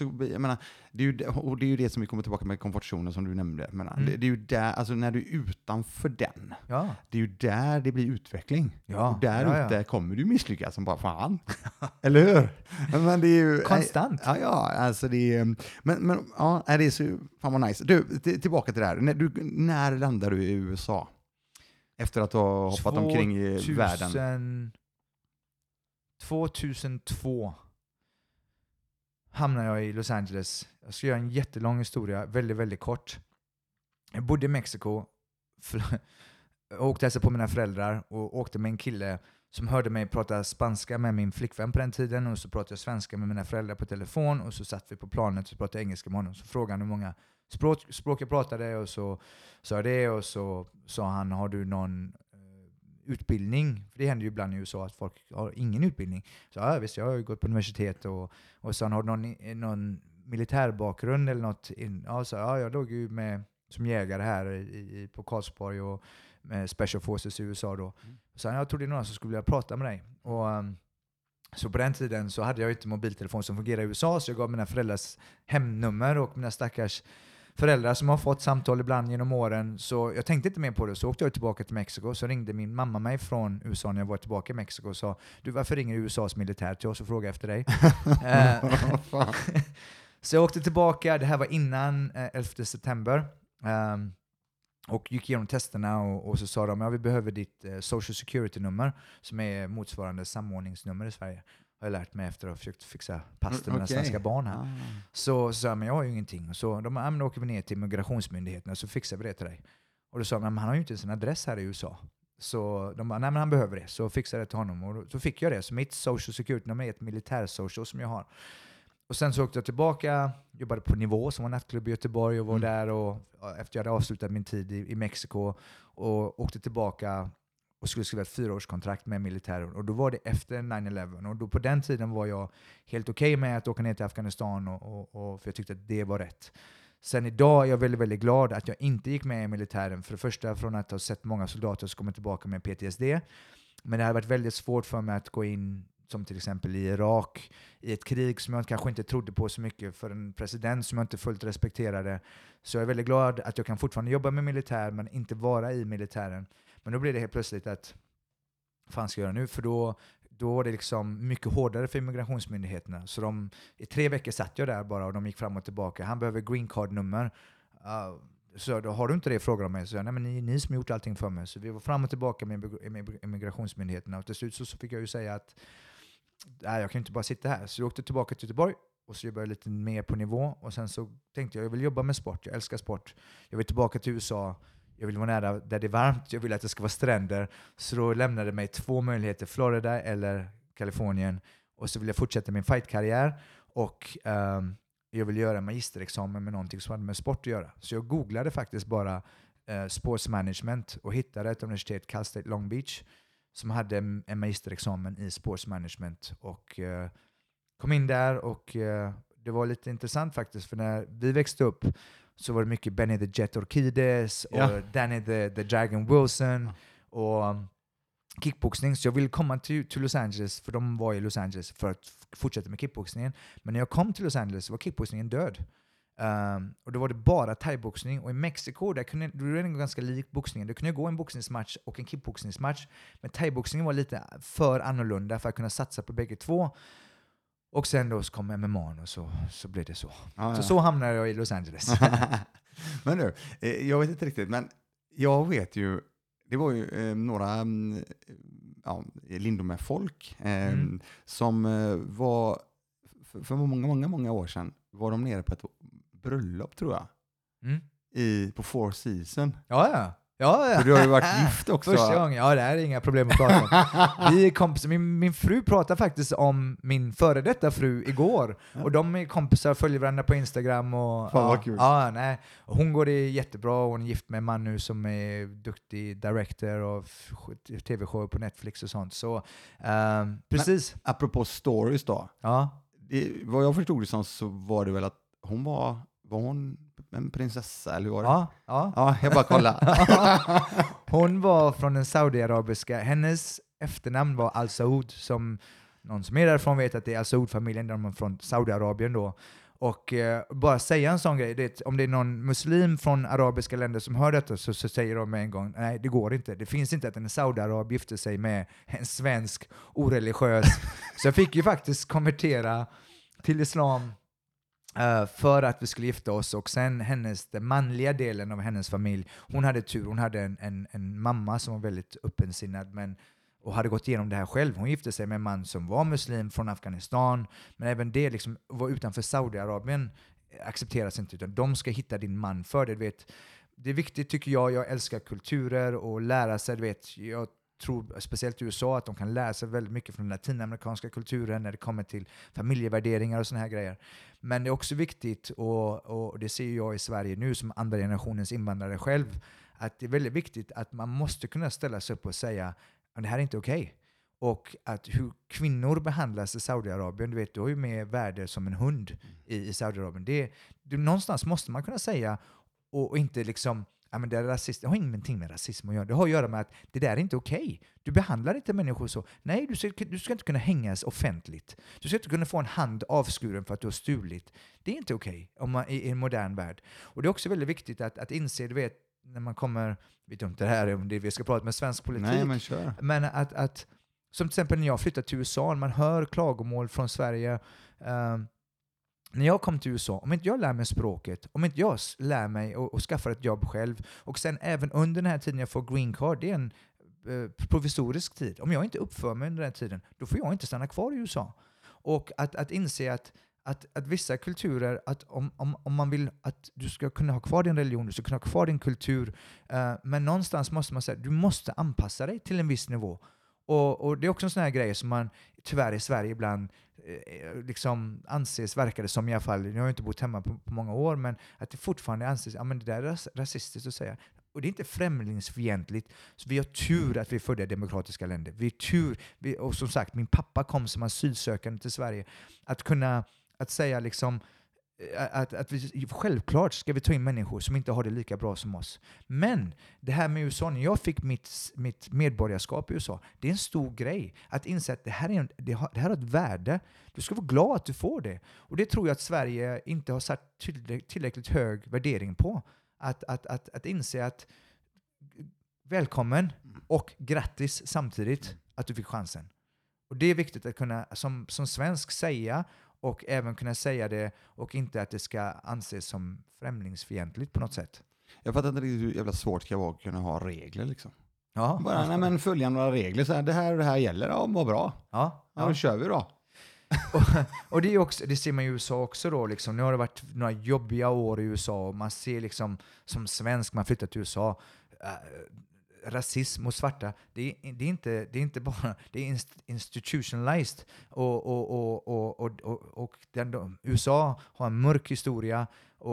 Speaker 1: är ju det som vi kommer tillbaka med komfortzonen som du nämnde. Det är ju där, alltså när du är utanför den, det är ju där det blir utveckling.
Speaker 2: Ja.
Speaker 1: Och där ute kommer du misslyckas som bara fan. Eller hur? Men det är ju
Speaker 2: konstant.
Speaker 1: Ja, alltså det är, men ja, det är så fan vad nice. Du, tillbaka till det här. När landar du i USA? Efter att ha hoppat omkring i världen. 2002 hamnade jag i Los Angeles. Jag ska göra en jättelång historia, väldigt, väldigt kort.
Speaker 2: Jag bodde i Mexiko, åkte hälsa på mina föräldrar och åkte med en kille som hörde mig prata spanska med min flickvän på den tiden, och så pratade jag svenska med mina föräldrar på telefon, och så satt vi på planet och så pratade jag engelska med honom. Så frågade han hur många språk jag pratade, och så sa jag det, och så sa han, har du någon utbildning? För det händer ju ibland i USA att folk har ingen utbildning. Så ja, visst, jag har ju gått på universitet, och så han har någon militärbakgrund eller något. Jag låg ju med som jägare här på Karlsborg och med Special Forces i USA då. Så jag tror det är någon som skulle vilja prata med dig. Och så på den tiden så hade jag inte mobiltelefon som fungerar i USA, så jag gav mina föräldrars hemnummer, och mina stackars föräldrar som har fått samtal ibland genom åren, så jag tänkte inte mer på det. Så åkte jag tillbaka till Mexiko, så ringde min mamma mig från USA när jag var tillbaka i Mexiko och sa, du, varför ringer USAs militär till oss och frågar efter dig? Så jag åkte tillbaka, det här var innan 11 september, och gick igenom testerna, och så sa de, ja, vi behöver ditt social security-nummer som är motsvarande samordningsnummer i Sverige. Har jag lärt mig efter att ha försökt fixa pass till mina svenska barn här. Så sa jag, men jag har ju ingenting. Så de bara, men då åker vi ner till migrationsmyndigheterna så fixar vi det till dig. Och då sa jag, men han har ju inte sin adress här i USA. Så de bara, nej men han behöver det. Så fixade jag det till honom. Och så fick jag det. Så mitt social security-nummer är ett militärsocial som jag har. Och sen så åkte jag tillbaka, jobbade på Nivå som var nattklubb i Göteborg, och var där, och efter jag hade avslutat min tid i Mexiko, och åkte tillbaka och skulle skriva ett 4-årskontrakt med militären. Och då var det efter 9/11. Och då på den tiden var jag helt okej med att åka ner till Afghanistan, och för jag tyckte att det var rätt. Sen idag är jag väldigt, väldigt glad att jag inte gick med i militären. För det första från att ha sett många soldater som kommer tillbaka med PTSD. Men det hade varit väldigt svårt för mig att gå in, som till exempel i Irak, i ett krig som jag kanske inte trodde på så mycket, för en president som jag inte fullt respekterade. Så jag är väldigt glad att jag kan fortfarande jobba med militär, men inte vara i militären. Men då blev det helt plötsligt att, vad fan ska jag göra nu? För då var det liksom mycket hårdare för immigrationsmyndigheterna. Så i 3 veckor satt jag där bara, och de gick fram och tillbaka. Han behöver green card-nummer. Så då har du inte det, frågar de mig. Så jag, nej, men ni som gjort allting för mig. Så vi var fram och tillbaka med immigrationsmyndigheterna. Och till slut så fick jag ju säga att nej, jag kan inte bara sitta här. Så jag åkte tillbaka till Göteborg, och så jobbade jag lite mer på nivå. Och sen så tänkte jag vill jobba med sport. Jag älskar sport. Jag vill tillbaka till USA. Jag vill vara nära där det är varmt. Jag vill att det ska vara stränder. Så då lämnade mig 2 möjligheter. Florida eller Kalifornien. Och så vill jag fortsätta min fightkarriär. Och jag vill göra magisterexamen med någonting som hade med sport att göra. Så jag googlade faktiskt bara sports management och hittade ett universitet, Cal State Long Beach, som hade en magisterexamen i sports management. Och kom in där, och det var lite intressant faktiskt. För när vi växte upp så var det mycket Benny the Jet Orkides och Danny the Dragon Wilson och kickboxning. Så jag ville komma till Los Angeles, för de var i Los Angeles, för att fortsätta med kickboxningen. Men när jag kom till Los Angeles så var kickboxningen död. Och då var det bara thaiboxning. Och i Mexiko där det var ganska lik boxningen. Du kunde gå en boxningsmatch och en kickboxningsmatch. Men thaiboxningen var lite för annorlunda för att kunna satsa på bägge två. Och sen då så kom MMA, och så blev det så. Så hamnade jag i Los Angeles.
Speaker 1: Men nu, jag vet inte riktigt, men jag vet ju, det var ju några Lindome folk som var, för många år sedan var de nere på ett bröllop, tror jag. På Four Seasons.
Speaker 2: Ja.
Speaker 1: För du har ju varit gift också.
Speaker 2: Första gången. Ja, det här är inga problem att prata om. Vi är kompisar. Min fru pratade faktiskt om min före detta fru igår. Och de är kompisar och följer varandra på Instagram. Och,
Speaker 1: fan vad kul.
Speaker 2: Ja, nej. Och hon går det jättebra. Hon är gift med en man nu som är duktig director och tv-show på Netflix och sånt. Så precis. Men,
Speaker 1: apropå stories då.
Speaker 2: Ja.
Speaker 1: Vad jag förstod det som, så var det väl att hon var hon en prinsessa, eller var det? Ja, jag bara kollar.
Speaker 2: Hon var från den saudiarabiska, hennes efternamn var Al Saud, som någon som är därifrån vet att det är Al Saud-familjen, de är från Saudiarabien då. Och bara säga en sån grej, om det är någon muslim från arabiska länder som hör detta, så säger de med en gång, nej det går inte. Det finns inte att en saudiarab gifter sig med en svensk oreligiös. Så jag fick ju faktiskt konvertera till islam för att vi skulle gifta oss. Och sen den manliga delen av hennes familj, hon hade tur. Hon hade en mamma som var väldigt öppensinnad och hade gått igenom det här själv. Hon gifte sig med en man som var muslim från Afghanistan, men även det liksom var utanför Saudiarabien accepteras inte, utan de ska hitta din man för det. Du vet, det är viktigt tycker jag älskar kulturer och lära sig, du vet, jag tror speciellt i USA att de kan lära sig väldigt mycket från den latinamerikanska kulturen när det kommer till familjevärderingar och såna här grejer. Men det är också viktigt, och det ser jag i Sverige nu som andra generationens invandrare själv, att det är väldigt viktigt att man måste kunna ställa sig upp och säga att det här är inte okej. Och att hur kvinnor behandlas i Saudiarabien, du vet, du har ju mer värde som en hund i Saudiarabien. Någonstans måste man kunna säga och inte liksom, ja, men det är rasism. Det har ingenting med rasism att göra. Det har att göra med att det där är inte okej. Du behandlar inte människor så. Nej, du ska inte kunna hängas offentligt. Du ska inte kunna få en hand avskuren för att du har stulit. Det är inte okej i en modern värld. Och det är också väldigt viktigt att inse, du vet, när man kommer, vet inte det här om det vi ska prata med svensk politik.
Speaker 1: Nej, men kör.
Speaker 2: Men att som till exempel när jag flyttade till USA, man hör klagomål från Sverige. När jag kom till USA, om inte jag lär mig språket, om inte jag lär mig och skaffar ett jobb själv, och sen även under den här tiden jag får green card, det är en provisorisk tid. Om jag inte uppför mig under den tiden, då får jag inte stanna kvar i USA. Och att inse att vissa kulturer, att om man vill att du ska kunna ha kvar din religion, du ska kunna ha kvar din kultur, men någonstans måste man säga, du måste anpassa dig till en viss nivå. Och det är också en sån här grej som man tyvärr i Sverige ibland liksom anses, verkar det som i alla fall, jag har inte bott hemma på många år, men att det fortfarande anses, ja men det där är rasistiskt att säga. Och det är inte främlingsfientligt. Så vi har tur att vi är födda i demokratiska länder. Vi är tur, och som sagt, min pappa kom som asylsökande till Sverige. Att säga liksom att vi, självklart ska vi ta in människor som inte har det lika bra som oss. Men det här med USA, när jag fick mitt medborgarskap i USA, det är en stor grej. Att inse att det här har ett värde. Du ska vara glad att du får det. Och det tror jag att Sverige inte har satt tillräckligt hög värdering på. Att inse att välkommen och grattis samtidigt att du fick chansen. Och det är viktigt att kunna som svensk säga, och även kunna säga det, och inte att det ska anses som främlingsfientligt på något sätt.
Speaker 1: Jag fattar inte riktigt hur jävla svårt det ska vara att kunna ha regler liksom.
Speaker 2: Ja.
Speaker 1: Bara, nej men följa några regler, så här, det här och det här gäller, ja vad bra.
Speaker 2: Ja.
Speaker 1: Då kör vi då.
Speaker 2: och det är också, det ser man i USA också då liksom. Nu har det varit några jobbiga år i USA, och man ser liksom som svensk, man flyttar till USA, rasism mot svarta, det är inte bara, det är institutionalized, och USA har en mörk historia,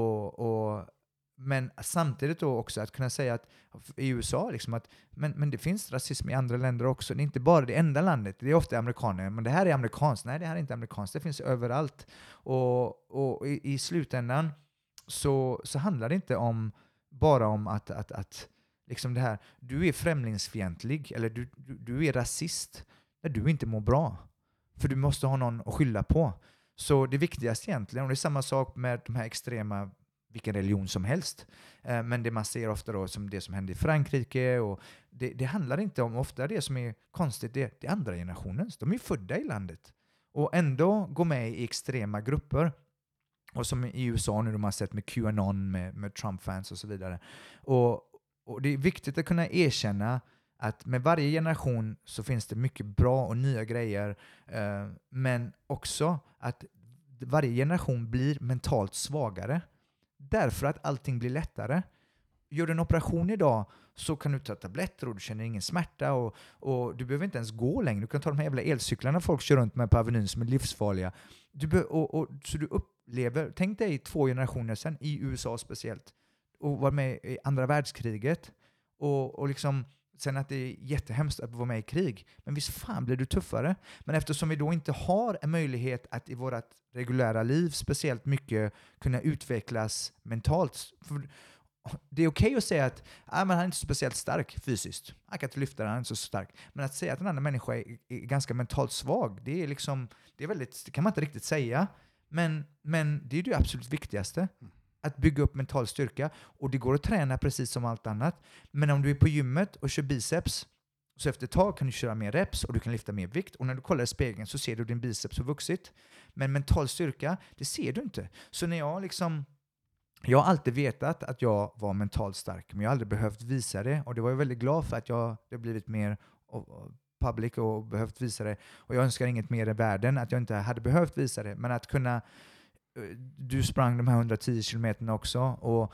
Speaker 2: men samtidigt då också att kunna säga att i USA liksom att men det finns rasism i andra länder också. Det är inte bara det enda landet. Det är ofta amerikaner, men det här är amerikanskt. Nej, det här är inte amerikanskt. Det finns överallt. Och i slutändan så handlar det inte bara om att liksom det här, du är främlingsfientlig eller du är rasist när du inte mår bra. För du måste ha någon att skylla på. Så det viktigaste egentligen, och det är samma sak med de här extrema, vilken religion som helst. Men det man ser ofta då, som det som hände i Frankrike, och det handlar inte om, ofta det som är konstigt, det är andra generationens. De är födda i landet. Och ändå gå med i extrema grupper. Och som i USA nu, de har sett med QAnon, med Trump-fans och så vidare. Och det är viktigt att kunna erkänna att med varje generation så finns det mycket bra och nya grejer, men också att varje generation blir mentalt svagare därför att allting blir lättare. Gör du en operation idag så kan du ta tabletter och du känner ingen smärta, och du behöver inte ens gå längre. Du kan ta de här jävla elcyklarna folk kör runt med på Avenyn som är livsfarliga. Så du upplever, tänk dig 2 generationer sedan i USA speciellt, och var med i andra världskriget, och liksom sen att det är jättehemskt att vara med i krig, men visst fan blir du tuffare. Men eftersom vi då inte har en möjlighet att i vårt reguljära liv speciellt mycket kunna utvecklas mentalt, för det är okej att säga att men han är inte speciellt stark fysiskt, han kan inte lyfta, han är inte så stark, men att säga att en annan människa är ganska mentalt svag, det är liksom, det kan man inte riktigt säga, men det är det absolut viktigaste. Att bygga upp mental styrka. Och det går att träna precis som allt annat. Men om du är på gymmet och kör biceps, så efter ett tag kan du köra mer reps och du kan lyfta mer vikt. Och när du kollar i spegeln så ser du din biceps har vuxit. Men mental styrka, det ser du inte. Så när jag har alltid vetat att jag var mentalt stark, men jag har aldrig behövt visa det. Och det var jag väldigt glad för, att jag har blivit mer public och behövt visa det. Och jag önskar inget mer i världen att jag inte hade behövt visa det. Men att kunna... Du sprang de här 110 kilometerna också, och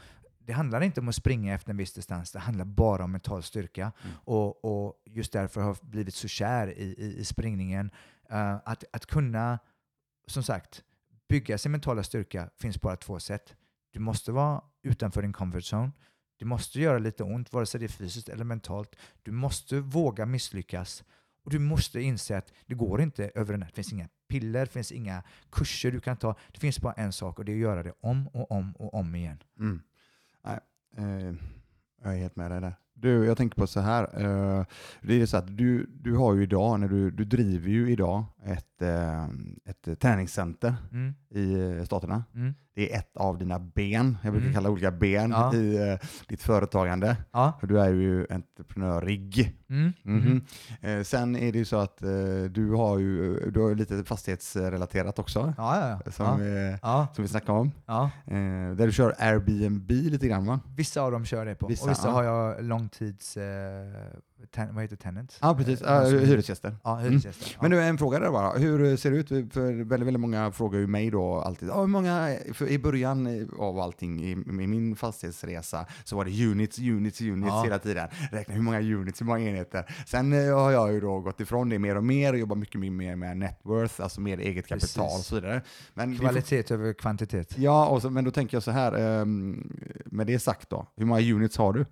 Speaker 2: det handlar inte om att springa efter en viss distans. Det handlar bara om mental styrka. Och just därför har jag blivit så kär i springningen. Att kunna, som sagt, bygga sin mentala styrka finns bara 2 sätt. Du måste vara utanför din comfort zone. Du måste göra lite ont, vare sig det är fysiskt eller mentalt. Du måste våga misslyckas. Och du måste inse att det går inte över en natt. Det finns inga piller, det finns inga kurser du kan ta. Det finns bara en sak, och det är att göra det om och om och om igen.
Speaker 1: Nej, jag är helt med dig där. Du, jag tänker på så här. Det är så att du har ju idag, du driver ju idag ett träningscenter i Staterna. Det är ett av dina ben, jag brukar kalla olika ben i ditt företagande.
Speaker 2: Ja.
Speaker 1: Du är ju entreprenörig. Sen är det ju så att du har lite fastighetsrelaterat också. Som vi snackade om. Där du kör Airbnb lite grann, va?
Speaker 2: Vissa av dem kör det på. Och vissa har jag långtids... vad heter tenants?
Speaker 1: Ja, precis. Hyresgäster.
Speaker 2: Ja, hyresgäster.
Speaker 1: Men du, en fråga där bara. Hur ser det ut? För väldigt många frågar ju mig då alltid. Hur många, för i början av allting i min fastighetsresa så var det units hela tiden. Räkna hur många units, hur många enheter. Sen har jag ju då gått ifrån det mer och mer och jobbar mycket mer med net worth, alltså med eget kapital och så vidare. Men
Speaker 2: kvalitet över kvantitet.
Speaker 1: Ja, men då tänker jag så här, med det sagt då, hur många units har du?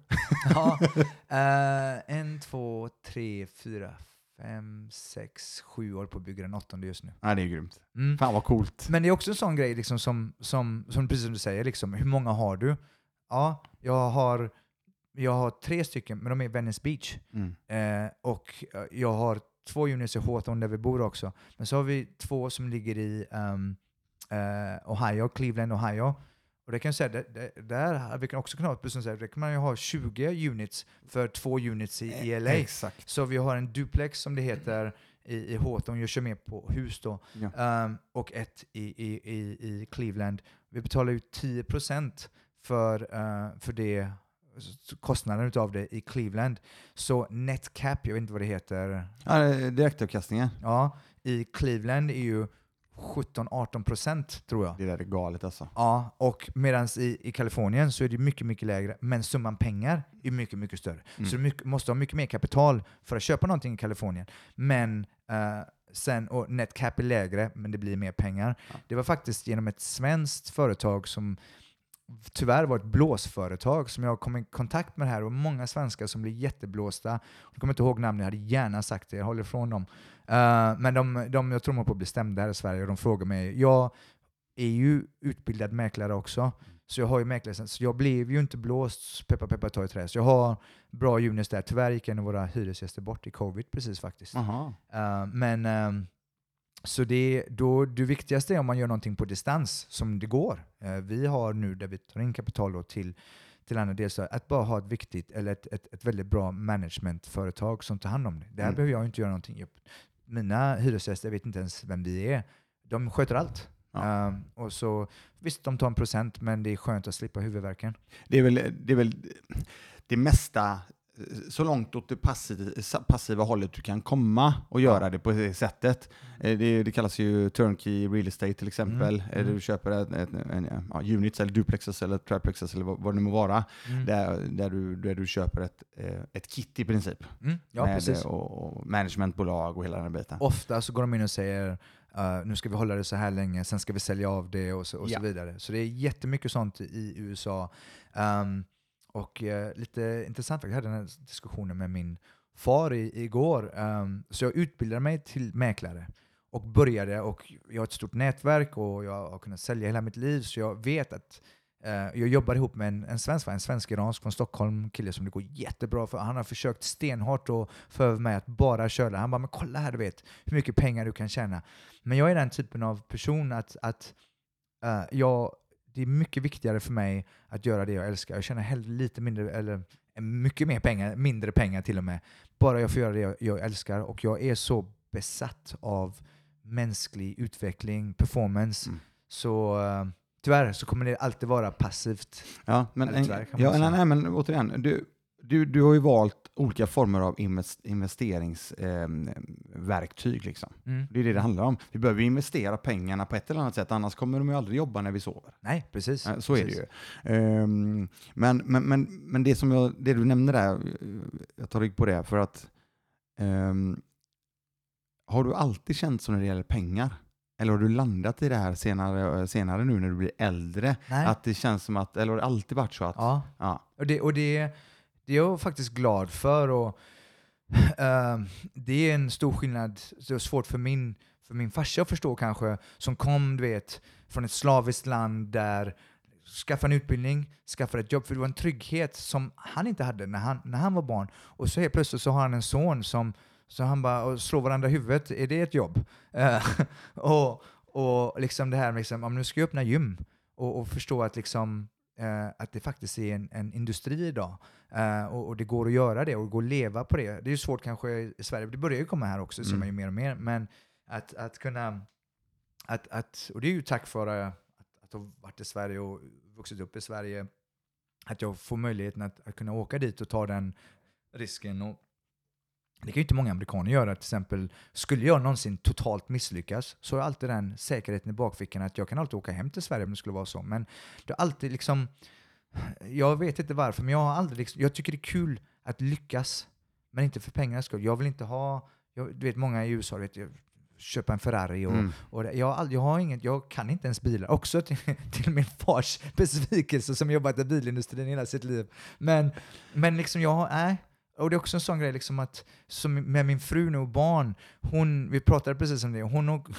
Speaker 2: 1, 2, 3, 4, 5, 6, 7 år på att bygga den 8:e just nu.
Speaker 1: Ja, det är grymt. Fan vad coolt.
Speaker 2: Men det är också en sån grej liksom, som precis som du säger, liksom, hur många har du? Ja, jag har 3 stycken, men de är i Venice Beach. Och jag har 2 units i Hawthorne där vi bor också. Men så har vi 2 som ligger i Ohio, Cleveland, Ohio. Och det kan jag säga, där vi kan också kunna ha ett business, där kan man ju ha 20 units för 2 units i LA.
Speaker 1: Exakt.
Speaker 2: Så vi har en duplex som det heter i Hawthorne, jag kör med på hus då. Och ett i Cleveland. Vi betalar ut 10% för det, kostnaden utav det i Cleveland. Så net cap, jag vet inte vad det heter.
Speaker 1: Ja, direktavkastningen.
Speaker 2: Ja, i Cleveland är ju 17-18% tror jag.
Speaker 1: Det där är galet alltså.
Speaker 2: Ja, och medan i Kalifornien så är det mycket, mycket lägre. Men summan pengar är mycket, mycket större. Så du måste ha mycket mer kapital för att köpa någonting i Kalifornien. Men och net cap är lägre, men det blir mer pengar. Det var faktiskt genom ett svenskt företag som tyvärr var ett blåsföretag som jag kom i kontakt med här, och många svenskar som blev jätteblåsta. Jag kommer inte ihåg namnet, jag hade gärna sagt det, jag håller ifrån dem. Men jag tror man på att bli stämda här i Sverige, och de frågar mig. Jag är ju utbildad mäklare också, så jag har ju mäklarlicens. Så jag blev ju inte blåst, peppa ta i trä. Så jag har bra units där. Tyvärr gick en av våra hyresgäster bort i covid precis faktiskt. Så det viktigaste är om man gör någonting på distans som det går. Vi har nu, där vi tar in kapital då till andra delar, att bara ha ett viktigt eller ett väldigt bra managementföretag som tar hand om det. Där behöver jag inte göra någonting. Mina hyresgäster vet inte ens vem vi är. De sköter allt. Och så visst, de tar 1%, men det är skönt att slippa huvudvärken.
Speaker 1: Det är väl det mesta, så långt åt det passiva hållet du kan komma och göra det på det sättet. Det kallas ju turnkey real estate till exempel. Du köper en units eller duplexes eller triplexes eller vad det må vara. Där du köper ett kit i princip.
Speaker 2: Precis.
Speaker 1: Och managementbolag och hela den här biten.
Speaker 2: Ofta så går de in och säger nu ska vi hålla det så här länge, sen ska vi sälja av det och så vidare. Så det är jättemycket sånt i USA. Och lite intressant, jag hade den här diskussionen med min far igår. Så jag utbildade mig till mäklare och började, och jag har ett stort nätverk och jag har kunnat sälja hela mitt liv, så jag vet att jag jobbar ihop med en svensk-iransk från Stockholm, kille som det går jättebra för. Han har försökt stenhårt att få över mig att bara köra. Han bara, men kolla här, du vet hur mycket pengar du kan tjäna. Men jag är den typen av person att det är mycket viktigare för mig att göra det jag älskar. Jag tjänar hellre lite mindre, eller mycket mer pengar, mindre pengar till och med. Bara jag får göra det jag älskar, och jag är så besatt av mänsklig utveckling, performance. Så tyvärr så kommer det alltid vara passivt.
Speaker 1: Ja, men men återigen, du har ju valt olika former av investeringsverktyg. Liksom. Det är det handlar om. Vi behöver investera pengarna på ett eller annat sätt, annars kommer de ju aldrig jobba när vi sover.
Speaker 2: Nej, precis.
Speaker 1: Så
Speaker 2: precis.
Speaker 1: är det ju. Men det du nämnde där, jag tar rygg på det, för att har du alltid känt så när det gäller pengar? Eller har du landat i det här senare nu när du blir äldre?
Speaker 2: Nej.
Speaker 1: Att det känns som att, eller har det alltid varit så att...
Speaker 2: Ja. Och det är jag faktiskt glad för. Och, det är en stor skillnad. Det är svårt för min farsa att förstå kanske, som kom, du vet, från ett slaviskt land där skaffa en utbildning, skaffa ett jobb, för det var en trygghet som han inte hade när han var barn. Och så helt plötsligt så har han en son som han bara slår varandra i huvudet. Är det ett jobb? Och liksom det här med, liksom, om nu ska jag öppna gym och förstå att liksom att det faktiskt är en industri idag. Och det går att göra det och det går att leva på det. Det är ju svårt kanske i Sverige, det börjar ju komma här också, ser man ju mer och mer. Men att kunna, och det är ju tack vare att ha varit i Sverige och vuxit upp i Sverige, att jag får möjligheten att kunna åka dit och ta den risken. Och det kan ju inte många amerikaner göra. Till exempel, skulle jag någonsin totalt misslyckas, så har jag alltid den säkerheten i bakfickan att jag kan alltid åka hem till Sverige om det skulle vara så. Men det är alltid liksom, jag vet inte varför, men jag har aldrig liksom, jag tycker det är kul att lyckas, men inte för pengarnas skull. Jag vill inte ha, du vet många i USA, vet jag, köpa en Ferrari och jag kan inte ens bilar. Också till min fars besvikelse, som jobbat i bilindustrin hela sitt liv. Men liksom och det är också en sån grej liksom att, som med min fru nu och barn, vi pratade precis om det, hon har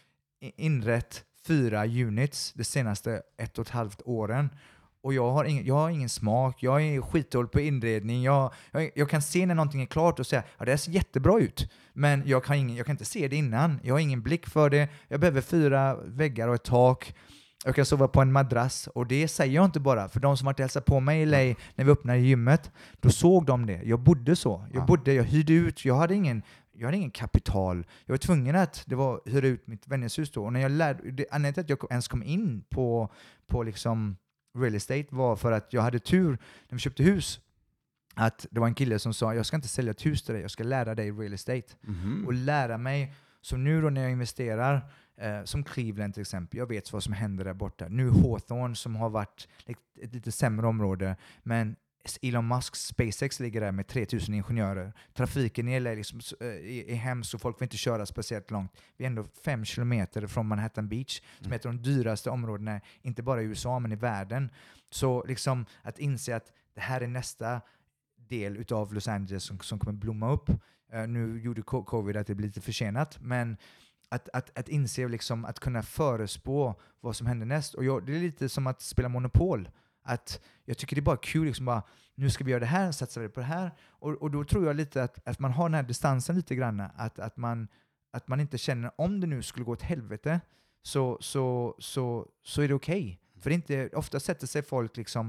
Speaker 2: inrett 4 units de senaste 1,5 åren. Och jag har ingen smak, jag är skitdålig på inredning, jag kan se när någonting är klart och säga ja, det ser jättebra ut, men jag kan inte se det innan, jag har ingen blick för det, jag behöver 4 väggar och ett tak, jag kan sova på en madrass, och det säger jag inte bara, för de som varit och hälsat på mig i LA när vi öppnade gymmet, då såg de det, jag bodde så, jag hyrde ut, jag hade ingen kapital. Jag var tvungen att hyra ut mitt vänneshus då, och när jag anledningen till att jag ens kom in på liksom real estate var för att jag hade tur när vi köpte hus, att det var en kille som sa, jag ska inte sälja ett hus till dig, jag ska lära dig real estate. Och lära mig, så nu då när jag investerar, som Cleveland till exempel, jag vet vad som händer där borta. Nu Hawthorne, som har varit ett lite sämre område, men Elon Musks SpaceX ligger där med 3000 ingenjörer. Trafiken i LA är hemskt, och folk vill inte köra speciellt långt. Vi är ändå 5 kilometer från Manhattan Beach, som är ett av de dyraste områdena, inte bara i USA men i världen. Så liksom att inse att det här är nästa del utav Los Angeles som kommer blomma upp. Nu gjorde covid att det blir lite försenat, men att inse liksom, att kunna förespå vad som händer näst. Och det är lite som att spela Monopol. Att jag tycker det är bara kul, liksom bara, nu ska vi göra det här, satsar vi på det här. Och då tror jag lite att man har den här distansen lite grann. Att man inte känner, om det nu skulle gå åt helvete, så är det okej. För det är inte, ofta sätter sig folk liksom,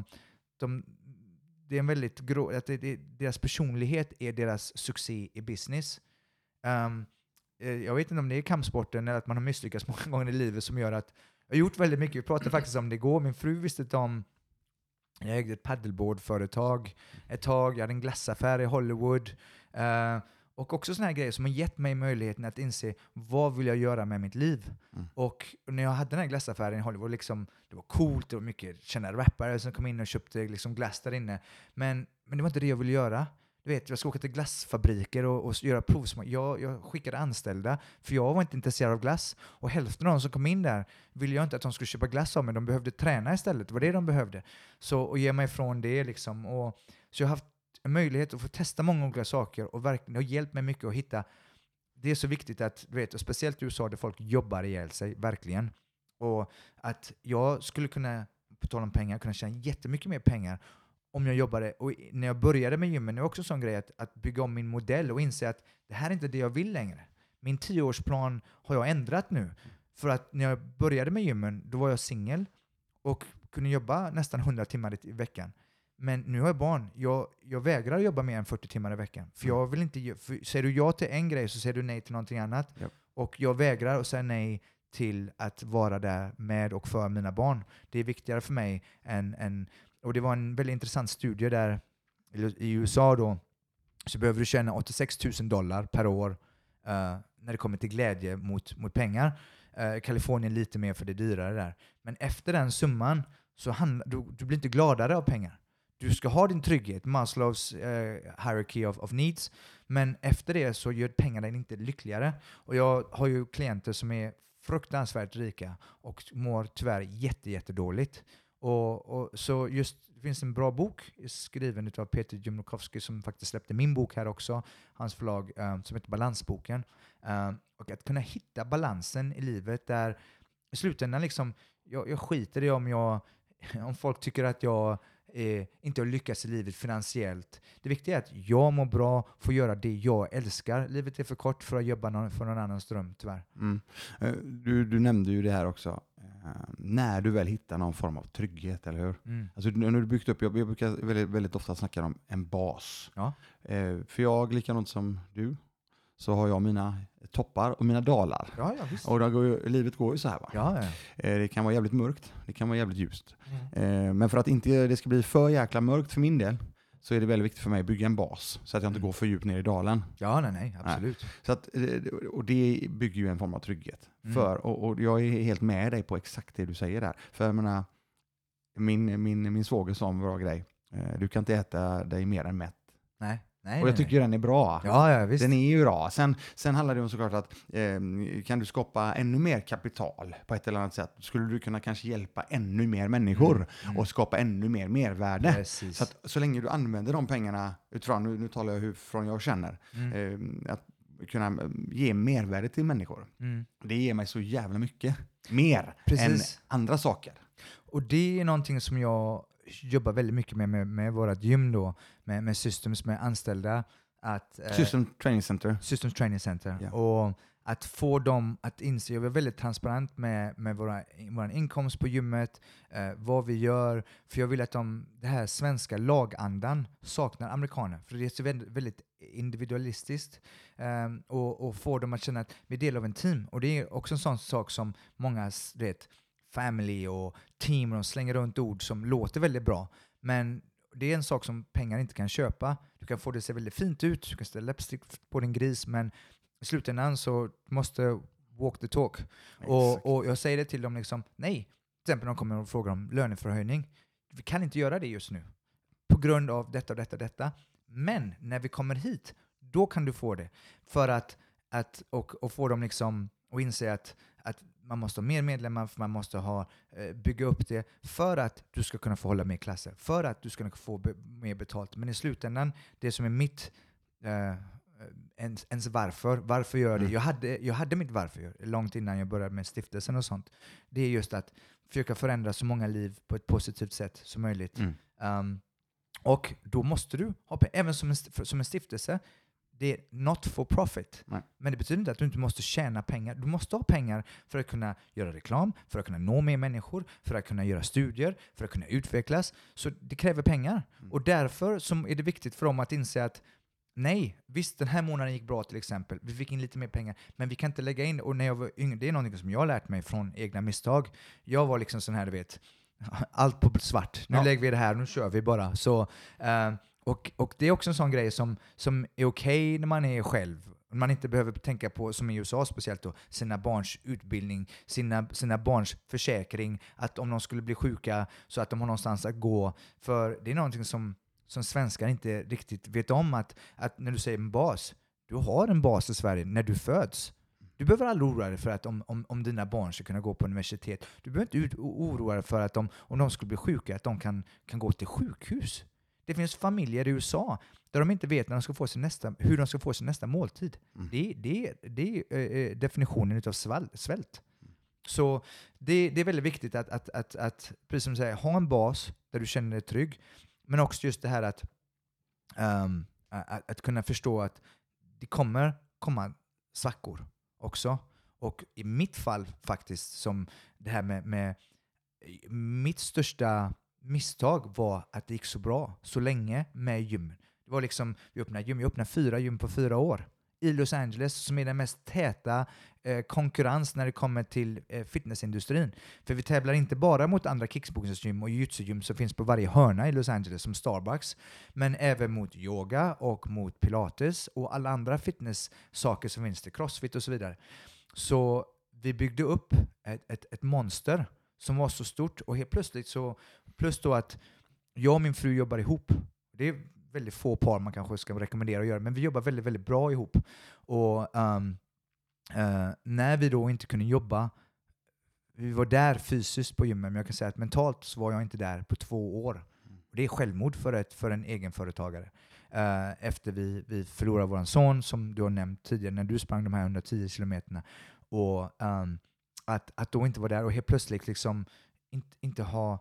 Speaker 2: det är en väldigt deras personlighet är deras succé i business. Jag vet inte om det är kampsporten eller att man har misslyckats många gånger i livet som gör att jag har gjort väldigt mycket. Vi pratade faktiskt om det igår. Min fru visste inte om, jag ägde ett paddleboardföretag ett tag, jag hade en glassaffär i Hollywood, och också såna här grejer som har gett mig möjligheten att inse vad vill jag göra med mitt liv. Och när jag hade den här glassaffären i Hollywood, liksom, det var coolt, det var mycket kända rappare som kom in och köpte liksom glass där inne, men det var inte det jag ville göra. Du vet, jag ska åka till glassfabriker och göra provsmak. Jag skickade anställda, för jag var inte intresserad av glass. Och hälften av de som kom in där ville jag inte att de skulle köpa glass av mig. De behövde träna istället. Det var det de behövde. Så, och ge mig ifrån det liksom. Så jag har haft en möjlighet att få testa många olika saker, och verkligen, det har hjälpt mig mycket att hitta. Det är så viktigt att, du vet, och speciellt i USA där folk jobbar ihjäl sig, verkligen. Och att jag skulle kunna, på tal om pengar, kunna tjäna jättemycket mer pengar om jag jobbade. Och när jag började med gymmen, det var också en sån grej att bygga om min modell och inse att det här är inte det jag vill längre. Min 10-årsplan har jag ändrat nu. För att när jag började med gymmen, då var jag singel och kunde jobba nästan 100 timmar i veckan. Men nu har jag barn. Jag vägrar jobba mer än 40 timmar i veckan. För jag vill inte, säger du ja till en grej så säger du nej till någonting annat. Yep. Och jag vägrar att säga nej till att vara där med och för mina barn. Det är viktigare för mig än och det var en väldigt intressant studie där i USA då, så behöver du tjäna $86,000 per år när det kommer till glädje mot pengar. Kalifornien lite mer för det är dyrare där. Men efter den summan så du blir inte gladare av pengar. Du ska ha din trygghet, Maslows hierarchy of needs, men efter det så gör pengarna dig inte lyckligare. Och jag har ju klienter som är fruktansvärt rika och mår tyvärr jättedåligt. Och så just det finns en bra bok skriven av Peter Jumnokowski som faktiskt släppte min bok här också, hans förlag, som heter Balansboken. Och att kunna hitta balansen i livet där i slutändan liksom, jag skiter i om folk tycker att jag inte har lyckats i livet finansiellt. Det viktiga är att jag mår bra, får göra det jag älskar. Livet är för kort för att jobba för någon annans dröm, tyvärr.
Speaker 1: Du nämnde ju det här också. När du väl hittar någon form av trygghet, eller hur? Alltså, när du byggt upp, jag brukar väldigt ofta snacka om en bas.
Speaker 2: Ja.
Speaker 1: För jag, likadant som du, så har jag mina toppar och mina dalar.
Speaker 2: Ja, visst.
Speaker 1: Och livet går ju så här, va?
Speaker 2: Ja.
Speaker 1: Det kan vara jävligt mörkt, det kan vara jävligt ljust. Men för att inte det ska bli för jäkla mörkt för min del, så är det väldigt viktigt för mig att bygga en bas så att jag inte går för djupt ner i dalen.
Speaker 2: Ja, nej, absolut.
Speaker 1: Nej. Så att, och det bygger ju en form av trygghet. Och jag är helt med dig på exakt det du säger där. För jag menar, min svåger sa en bra grej. Du kan inte äta dig mer än mätt.
Speaker 2: Nej.
Speaker 1: Och jag tycker den är bra.
Speaker 2: Ja, visst.
Speaker 1: Den är ju bra. Sen handlar det om såklart att kan du skapa ännu mer kapital på ett eller annat sätt, skulle du kunna kanske hjälpa ännu mer människor och skapa ännu mer mervärde.
Speaker 2: Precis.
Speaker 1: Så att så länge du använder de pengarna utifrån, nu talar jag hur jag känner, att kunna ge mervärde till människor. Det ger mig så jävla mycket mer än andra saker.
Speaker 2: Och det är någonting som jag jobbar väldigt mycket med vårat gym då, med systems, med anställda.
Speaker 1: Systems Training Center.
Speaker 2: Yeah. Och att få dem att inse, jag är väldigt transparent med vår inkomst på gymmet, vad vi gör, för jag vill att det här svenska lagandan saknar amerikaner, för det är så väldigt individualistiskt, och få dem att känna att vi är del av en team. Och det är också en sån sak som många vet, family och team, och de slänger runt ord som låter väldigt bra, men det är en sak som pengar inte kan köpa. Du kan få det att se väldigt fint ut, du kan ställa läppstick på din gris, men i slutändan så måste walk the talk. Och jag säger det till dem liksom, nej, till exempel när de kommer och frågar om löneförhöjning, vi kan inte göra det just nu på grund av detta och detta. Men när vi kommer hit, då kan du få det. För att få dem liksom att inse att man måste ha mer medlemmar, för man måste bygga upp det för att du ska kunna få hålla mer klasser, för att du ska få mer betalt. Men i slutändan, det som är mitt ens varför gör jag det? Jag hade mitt varför långt innan jag började med stiftelsen och sånt. Det är just att försöka förändra så många liv på ett positivt sätt som möjligt. Och då måste du ha pengar, även som en stiftelse. Det är not for profit.
Speaker 1: Nej.
Speaker 2: Men det betyder inte att du inte måste tjäna pengar. Du måste ha pengar för att kunna göra reklam, för att kunna nå mer människor, för att kunna göra studier, för att kunna utvecklas. Så det kräver pengar. Och därför är det viktigt för dem att inse att nej, visst den här månaden gick bra till exempel. Vi fick in lite mer pengar, men vi kan inte lägga in. Och när jag var yngre, det är något som jag har lärt mig från egna misstag. Jag var liksom sån här, du vet, allt på svart. Nu lägger vi det här, nu kör vi bara. Så och det är också en sån grej som är okej när man är själv. Man inte behöver tänka på, som i USA speciellt då, sina barns utbildning, sina barns försäkring, att om de skulle bli sjuka så att de har någonstans att gå. För det är någonting som svenskar inte riktigt vet om, att när du säger en bas, du har en bas i Sverige när du föds. Du behöver aldrig oroa dig för att om dina barn ska kunna gå på universitet. Du behöver inte oroa dig för att om de skulle bli sjuka, att de kan gå till sjukhus. Det finns familjer i USA där de inte vet hur de ska få sin nästa måltid. Det är definitionen av svält. Så det är väldigt viktigt att precis som du säger, ha en bas där du känner dig trygg. Men också just det här att kunna förstå att det kommer komma svackor också. Och i mitt fall faktiskt, som det här med mitt största misstag var att det gick så bra så länge med gym. Det var liksom, jag öppnade 4 gym på 4 år i Los Angeles som är den mest täta konkurrens när det kommer till fitnessindustrin. För vi tävlar inte bara mot andra kickboxningsgym och jiu-jitsu-gym som finns på varje hörna i Los Angeles som Starbucks, men även mot yoga och mot pilates och alla andra fitnesssaker som finns, till crossfit och så vidare. Så vi byggde upp ett monster som var så stort, och helt plötsligt så, plus då att jag och min fru jobbar ihop. Det är väldigt få par man kanske ska rekommendera att göra, men vi jobbar väldigt, väldigt bra ihop. Och när vi då inte kunde jobba, vi var där fysiskt på gymmet, men jag kan säga att mentalt så var jag inte där på 2 år. Och det är självmord för en egenföretagare. Efter vi förlorade vår son, som du har nämnt tidigare, när du sprang de här 110 kilometerna. Och att då inte vara där och helt plötsligt liksom inte ha...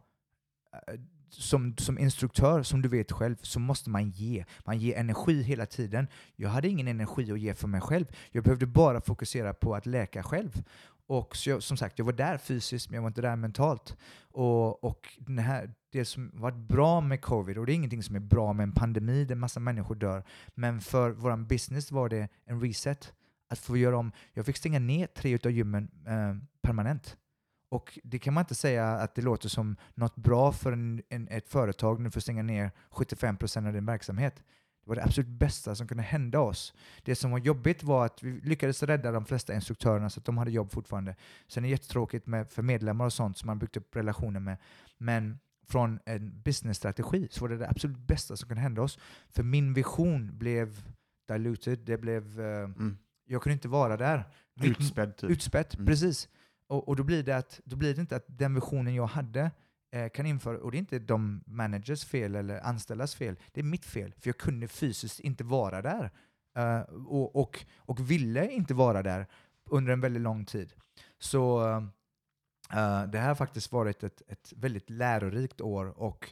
Speaker 2: Som instruktör, som du vet själv, så måste man ge energi hela tiden. Jag hade ingen energi att ge för mig själv. Jag behövde bara fokusera på att läka själv. Och så som sagt, jag var där fysiskt, men jag var inte där mentalt. Och det som var bra med covid, och det är ingenting som är bra med en pandemi där massa människor dör, men för våran business var det en reset. Att få göra om. Jag fick stänga ner 3 utav gymmen permanent. Och det kan man inte säga att det låter som något bra för ett företag när du får stänga ner 75% av din verksamhet. Det var det absolut bästa som kunde hända oss. Det som var jobbigt var att vi lyckades rädda de flesta instruktörerna så att de hade jobb fortfarande. Sen är det jättetråkigt för medlemmar och sånt som man byggt upp relationer med. Men från en businessstrategi så var det absolut bästa som kunde hända oss. För min vision blev diluted. Det blev... Jag kunde inte vara där.
Speaker 1: Utspädd typ.
Speaker 2: Utspädd, precis. Och då blir det inte att den visionen jag hade kan införa, och det är inte de managers fel eller anställdas fel, det är mitt fel, för jag kunde fysiskt inte vara där och ville inte vara där under en väldigt lång tid. Så det här har faktiskt varit ett väldigt lärorikt år, och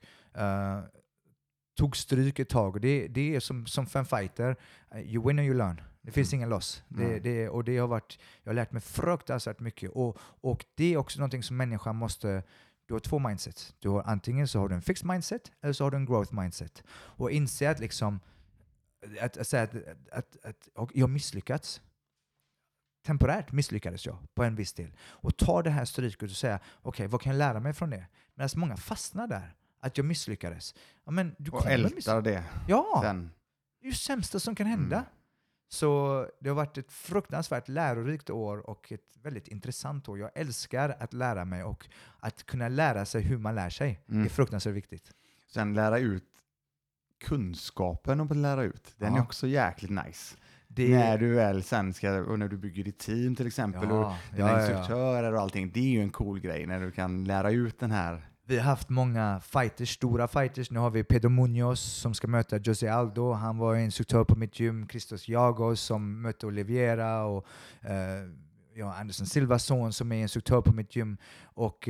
Speaker 2: tog stryk ett tag, och det är som för en fighter, you win or you learn. Det finns ingen loss. Och det har varit, jag har lärt mig fruktansvärt mycket. Och det är också någonting som människan måste... Du har 2 mindsets. Antingen så har du en fixed mindset eller så har du en growth mindset. Och inse att liksom... Att säga att jag misslyckats. Temporärt misslyckades jag på en viss del. Och ta det här stryket och säga, okej, vad kan jag lära mig från det? Men alltså många fastnar där. Att jag misslyckades. Ja, men du
Speaker 1: och ältar det.
Speaker 2: Ja,
Speaker 1: sen.
Speaker 2: Det är ju sämsta som kan hända. Så det har varit ett fruktansvärt lärorikt år och ett väldigt intressant år. Jag älskar att lära mig, och att kunna lära sig hur man lär sig. Det är fruktansvärt viktigt.
Speaker 1: Sen lära ut kunskapen om att lära ut. Den är också jäkligt nice. När du väl sen och när du bygger ditt team till exempel och dina instruktörer och allting. Det är ju en cool grej när du kan lära ut den här.
Speaker 2: Vi har haft många fighters, stora fighters. Nu har vi Pedro Munoz som ska möta Jose Aldo. Han var instruktör på mitt gym. Christos Jagos som mötte Oliveira. Och Anderson Silvas son som är instruktör på mitt gym. Och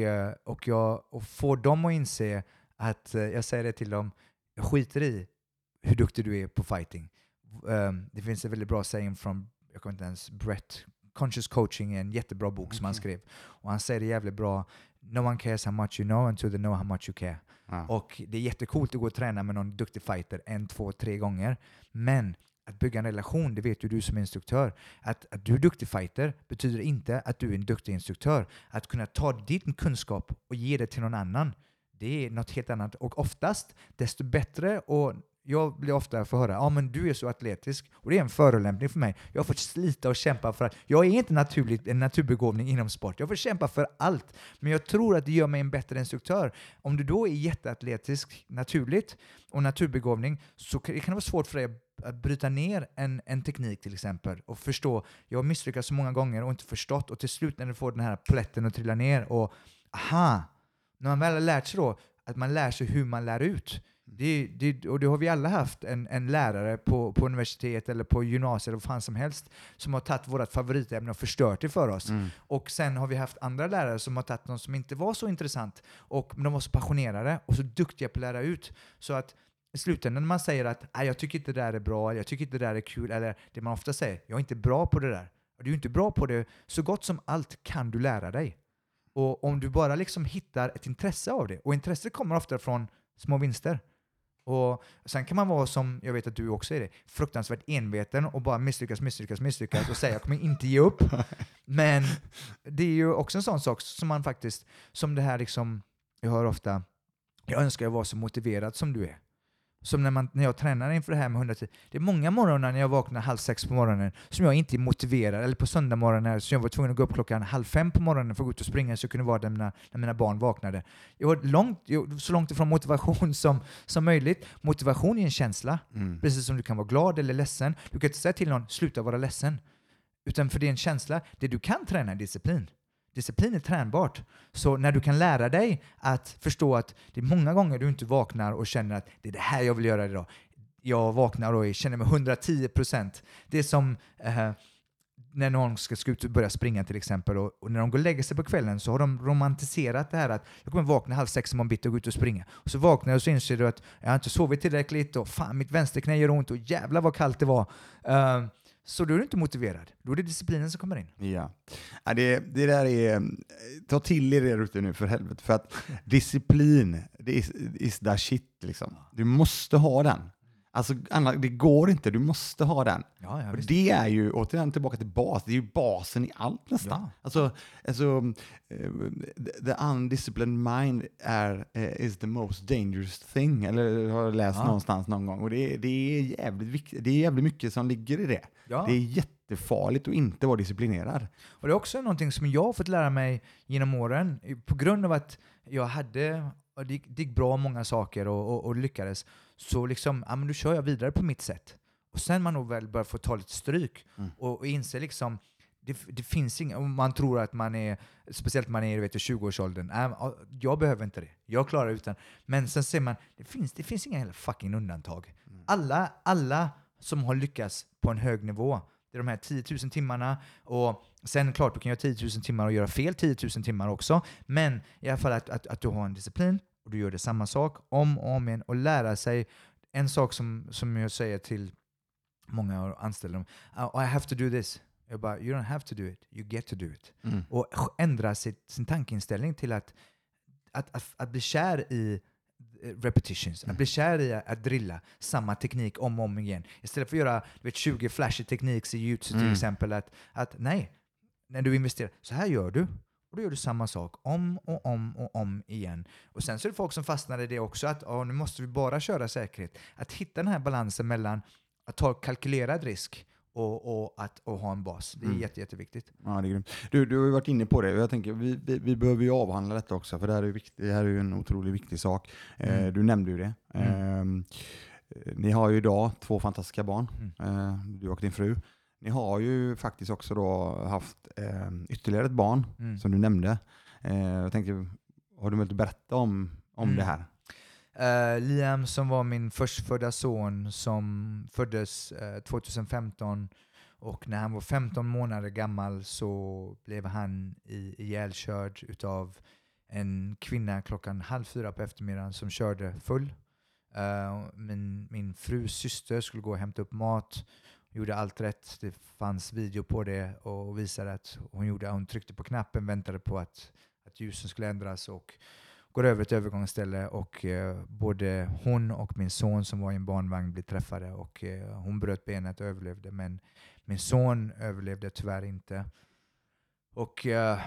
Speaker 2: får dem att inse att, jag säger det till dem, jag skiter i hur duktig du är på fighting. Det finns en väldigt bra saying från, jag kommer inte ens, Brett. Conscious Coaching är en jättebra bok som han skrev. Och han säger det jävligt bra. No one cares how much you know until they know how much you care. Och det är jättekult att gå och träna med någon duktig fighter 1, 2, 3 gånger. Men att bygga en relation, det vet ju du som instruktör. Att du är duktig fighter betyder inte att du är en duktig instruktör. Att kunna ta din kunskap och ge det till någon annan, det är något helt annat. Och oftast, desto bättre, och jag blir ofta få höra, men du är så atletisk, och det är en förolämpning för mig. Jag har fått slita och kämpa för att jag är inte en naturbegåvning inom sport. Jag får kämpa för allt, men jag tror att det gör mig en bättre instruktör. Om du då är jätteatletisk naturligt och naturbegåvning, så kan det vara svårt för dig att bryta ner en teknik till exempel och förstå. Jag har misslyckats så många gånger och inte förstått, och till slut när du får den här plätten att trilla ner och när man väl har lärt sig då, att man lär sig hur man lär ut. Och det har vi alla haft en lärare på universitet eller på gymnasiet eller vad fan som helst som har tagit vårt favoritämne och förstört det för oss. Och sen har vi haft andra lärare som har tagit något som inte var så intressant, och de var så passionerade och så duktiga på att lära ut. Så att i slutändan när man säger att jag tycker inte det där är bra, eller jag tycker inte det där är kul, eller det man ofta säger, jag är inte bra på det där. Och du är inte bra på det, så gott som allt kan du lära dig. Och om du bara liksom hittar ett intresse av det, och intresse kommer ofta från små vinster. Och sen kan man vara, som jag vet att du också är det, fruktansvärt enveten och bara misslyckas och säga jag kommer inte ge upp. Men det är ju också en sån sak som man faktiskt, som det här liksom, jag hör ofta, jag önskar jag var så motiverad som du är. Som när jag tränar inför det här med 110. Det är många morgnar när jag vaknar 5:30 på morgonen som jag inte är motiverad. Eller på söndagmorgonen så jag var tvungen att gå upp 4:30 på morgonen för att gå ut och springa så jag kunde vara där när mina barn vaknade. Jag var så långt ifrån motivation som möjligt. Motivation är en känsla. Precis som du kan vara glad eller ledsen. Du kan inte säga till någon, sluta vara ledsen. Utan för det är en känsla. Det du kan träna är disciplin. Disciplin är tränbart. Så när du kan lära dig att förstå att det är många gånger du inte vaknar och känner att det är det här jag vill göra idag. Jag vaknar och känner mig 110%. Det är som när någon ska ut och börja springa till exempel. Och när de går och lägger sig på kvällen så har de romantiserat det här att jag kommer vakna 5:30 imorgon bitti och gå ut och springa. Och så vaknar jag och så inser du att jag har inte sovit tillräckligt och fan mitt vänsterknä gör ont och jävlar vad kallt det var. Så då är du inte motiverad. Då är det disciplinen som kommer in.
Speaker 1: Ja, det där är... Ta till er det ute nu för helvete. För att disciplin, det is the shit liksom. Du måste ha den. Alltså, det går inte, du måste ha den.
Speaker 2: Ja,
Speaker 1: och det är ju, återigen tillbaka till bas, det är ju basen i allt nästan.
Speaker 2: Ja.
Speaker 1: Alltså the undisciplined mind is the most dangerous thing, eller har jag läst någonstans någon gång. Och det är jävligt viktigt, det är jävligt mycket som ligger i det. Ja. Det är jättefarligt att inte vara disciplinerad.
Speaker 2: Och det är också någonting som jag har fått lära mig genom åren, på grund av att jag hade... Och det gick bra många saker och lyckades. Så liksom, ja men då kör jag vidare på mitt sätt. Och sen man nog väl börjar få ta lite stryk. Och inse liksom, det finns inga, om man tror att man är, speciellt man är i 20-årsåldern, jag behöver inte det. Jag klarar det utan. Men sen ser man, det finns inga hela fucking undantag. Alla som har lyckats på en hög nivå, det är de här 10 000 timmarna och sen klart du kan göra 10 000 timmar och göra fel 10 000 timmar också. Men i alla fall att du har en disciplin och du gör det samma sak om och om igen och lära sig en sak som jag säger till många anställda. I have to do this. Jag bara, you don't have to do it. You get to do it. Och ändra sin tankeinställning till att bli kär i repetitions. Att bli kär i att drilla samma teknik om och om igen. Istället för att göra 20 flashy tekniker i YouTube till exempel. Att nej, när du investerar, så här gör du. Och då gör du samma sak om och om och om igen. Och sen så är det folk som fastnar i det också. Att nu måste vi bara köra säkerhet. Att hitta den här balansen mellan att ta kalkylerad risk och att ha en bas. Det är jätteviktigt.
Speaker 1: Ja, det är grymt. Du har ju varit inne på det. Jag tänker vi behöver ju avhandla detta också, för det här är viktigt. Det här är ju en otroligt viktig sak. Du nämnde ju det. Ni har ju idag 2 fantastiska barn. Du och din fru. Ni har ju faktiskt också då haft ytterligare ett barn som du nämnde. Jag tänkte, har du möjlighet att berätta om det här?
Speaker 2: Liam som var min förstfödda son som föddes 2015 och när han var 15 månader gammal så blev han ihjälkörd utav en kvinna 3:30 på eftermiddagen som körde full. Min frus syster skulle gå och hämta upp mat, gjorde allt rätt. Det fanns video på det och visade att hon tryckte på knappen, väntade på att ljusen skulle ändras och går över ett övergångsställe och både hon och min son som var i en barnvagn blev träffade och hon bröt benet och överlevde, men min son överlevde tyvärr inte. Och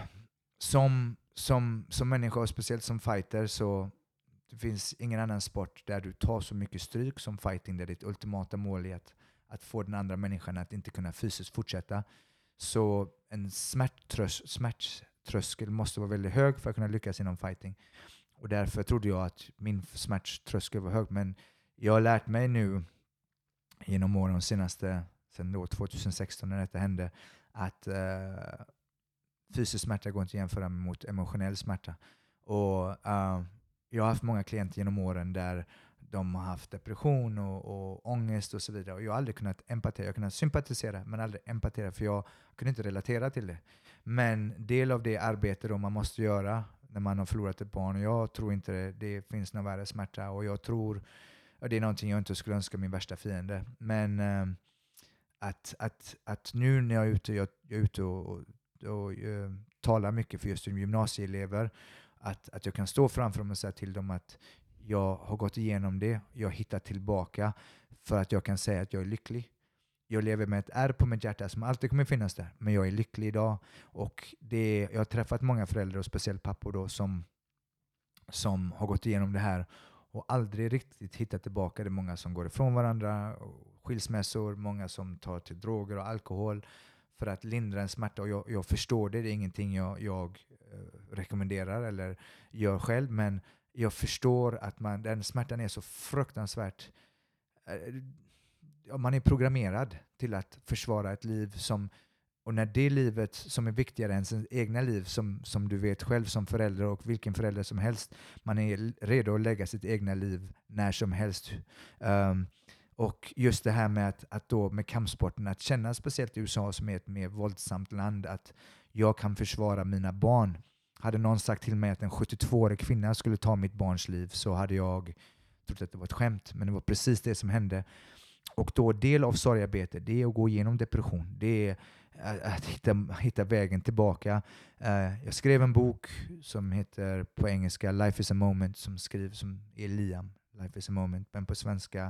Speaker 2: som människa och speciellt som fighter så det finns ingen annan sport där du tar så mycket stryk som fighting, där ditt ultimata mål är att få den andra människan att inte kunna fysiskt fortsätta. Så en smärttröskel måste vara väldigt hög för att kunna lyckas inom fighting. Och därför trodde jag att min smärttröskel var hög. Men jag har lärt mig nu genom åren senaste, sen då 2016 när detta hände, att fysisk smärta går inte att jämföra mot emotionell smärta. Och jag har haft många klienter genom åren där de har haft depression och ångest och så vidare. Och jag har aldrig kunnat empatera. Jag har kunnat sympatisera men aldrig empatera för jag kunde inte relatera till det. Men del av det arbete då man måste göra när man har förlorat ett barn, och jag tror inte det finns någon värre smärta, och jag tror att det är någonting jag inte skulle önska min värsta fiende. Men att nu när jag är ute och talar mycket för just gymnasieelever, att jag kan stå framför dem och säga till dem att jag har gått igenom det. Jag har hittat tillbaka för att jag kan säga att jag är lycklig. Jag lever med ett ärr på mitt hjärta som alltid kommer finnas där. Men jag är lycklig idag. Och jag har träffat många föräldrar och speciellt pappor då som har gått igenom det här och aldrig riktigt hittat tillbaka. Det är många som går ifrån varandra, skilsmässor, många som tar till droger och alkohol för att lindra en smärta. Och jag förstår det. Det är ingenting jag rekommenderar eller gör själv. Men jag förstår att den smärtan är så fruktansvärt. Man är programmerad till att försvara ett liv och när det livet som är viktigare än sin egna liv, som du vet själv som förälder och vilken förälder som helst, man är redo att lägga sitt egna liv när som helst. Och just det här med att då med kampsporten, att känna speciellt i USA som är ett mer våldsamt land, att jag kan försvara mina barn. Hade någon sagt till mig att en 72-årig kvinna skulle ta mitt barns liv så hade jag trott att det var ett skämt, men det var precis det som hände. Och då del av sorgarbete, det är att gå igenom depression. Det är att hitta vägen tillbaka. Jag skrev en bok som heter på engelska Life is a moment, som är Liam, Life is a moment, men på svenska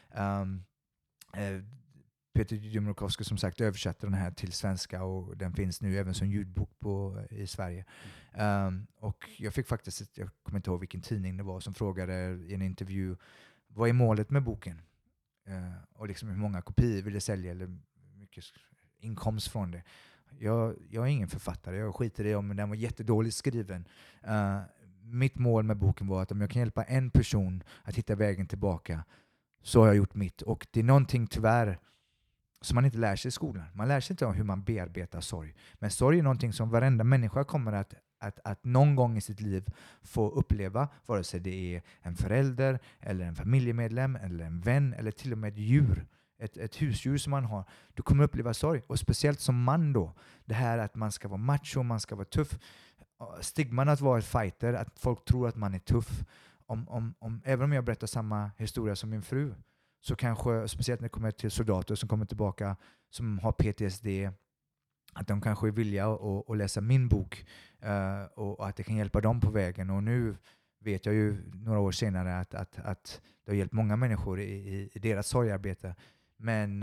Speaker 2: Peter Jumrokowski som sagt översatte den här till svenska och den finns nu även som ljudbok i Sverige. Och jag fick faktiskt, jag kommer inte ihåg vilken tidning det var som frågade i en intervju, vad är målet med boken? Och liksom hur många kopior vill det sälja eller mycket inkomst från det. Jag är ingen författare, jag skiter i om den var jättedåligt skriven. Mitt mål med boken var att om jag kan hjälpa en person att hitta vägen tillbaka så har jag gjort mitt. Och det är någonting tyvärr som man inte lär sig i skolan. Man lär sig inte om hur man bearbetar sorg. Men sorg är någonting som varenda människa kommer att någon gång i sitt liv få uppleva, vare sig det är en förälder eller en familjemedlem eller en vän eller till och med ett djur, ett husdjur som man har. Du kommer uppleva sorg, och speciellt som man då. Det här att man ska vara macho, man ska vara tuff. Stigman att vara ett fighter, att folk tror att man är tuff. Även om jag berättar samma historia som min fru, så kanske, speciellt när det kommer till soldater som kommer tillbaka som har PTSD, att de kanske är villiga att läsa min bok och att det kan hjälpa dem på vägen. Och nu vet jag ju några år senare att det har hjälpt många människor i deras sorgarbete. Men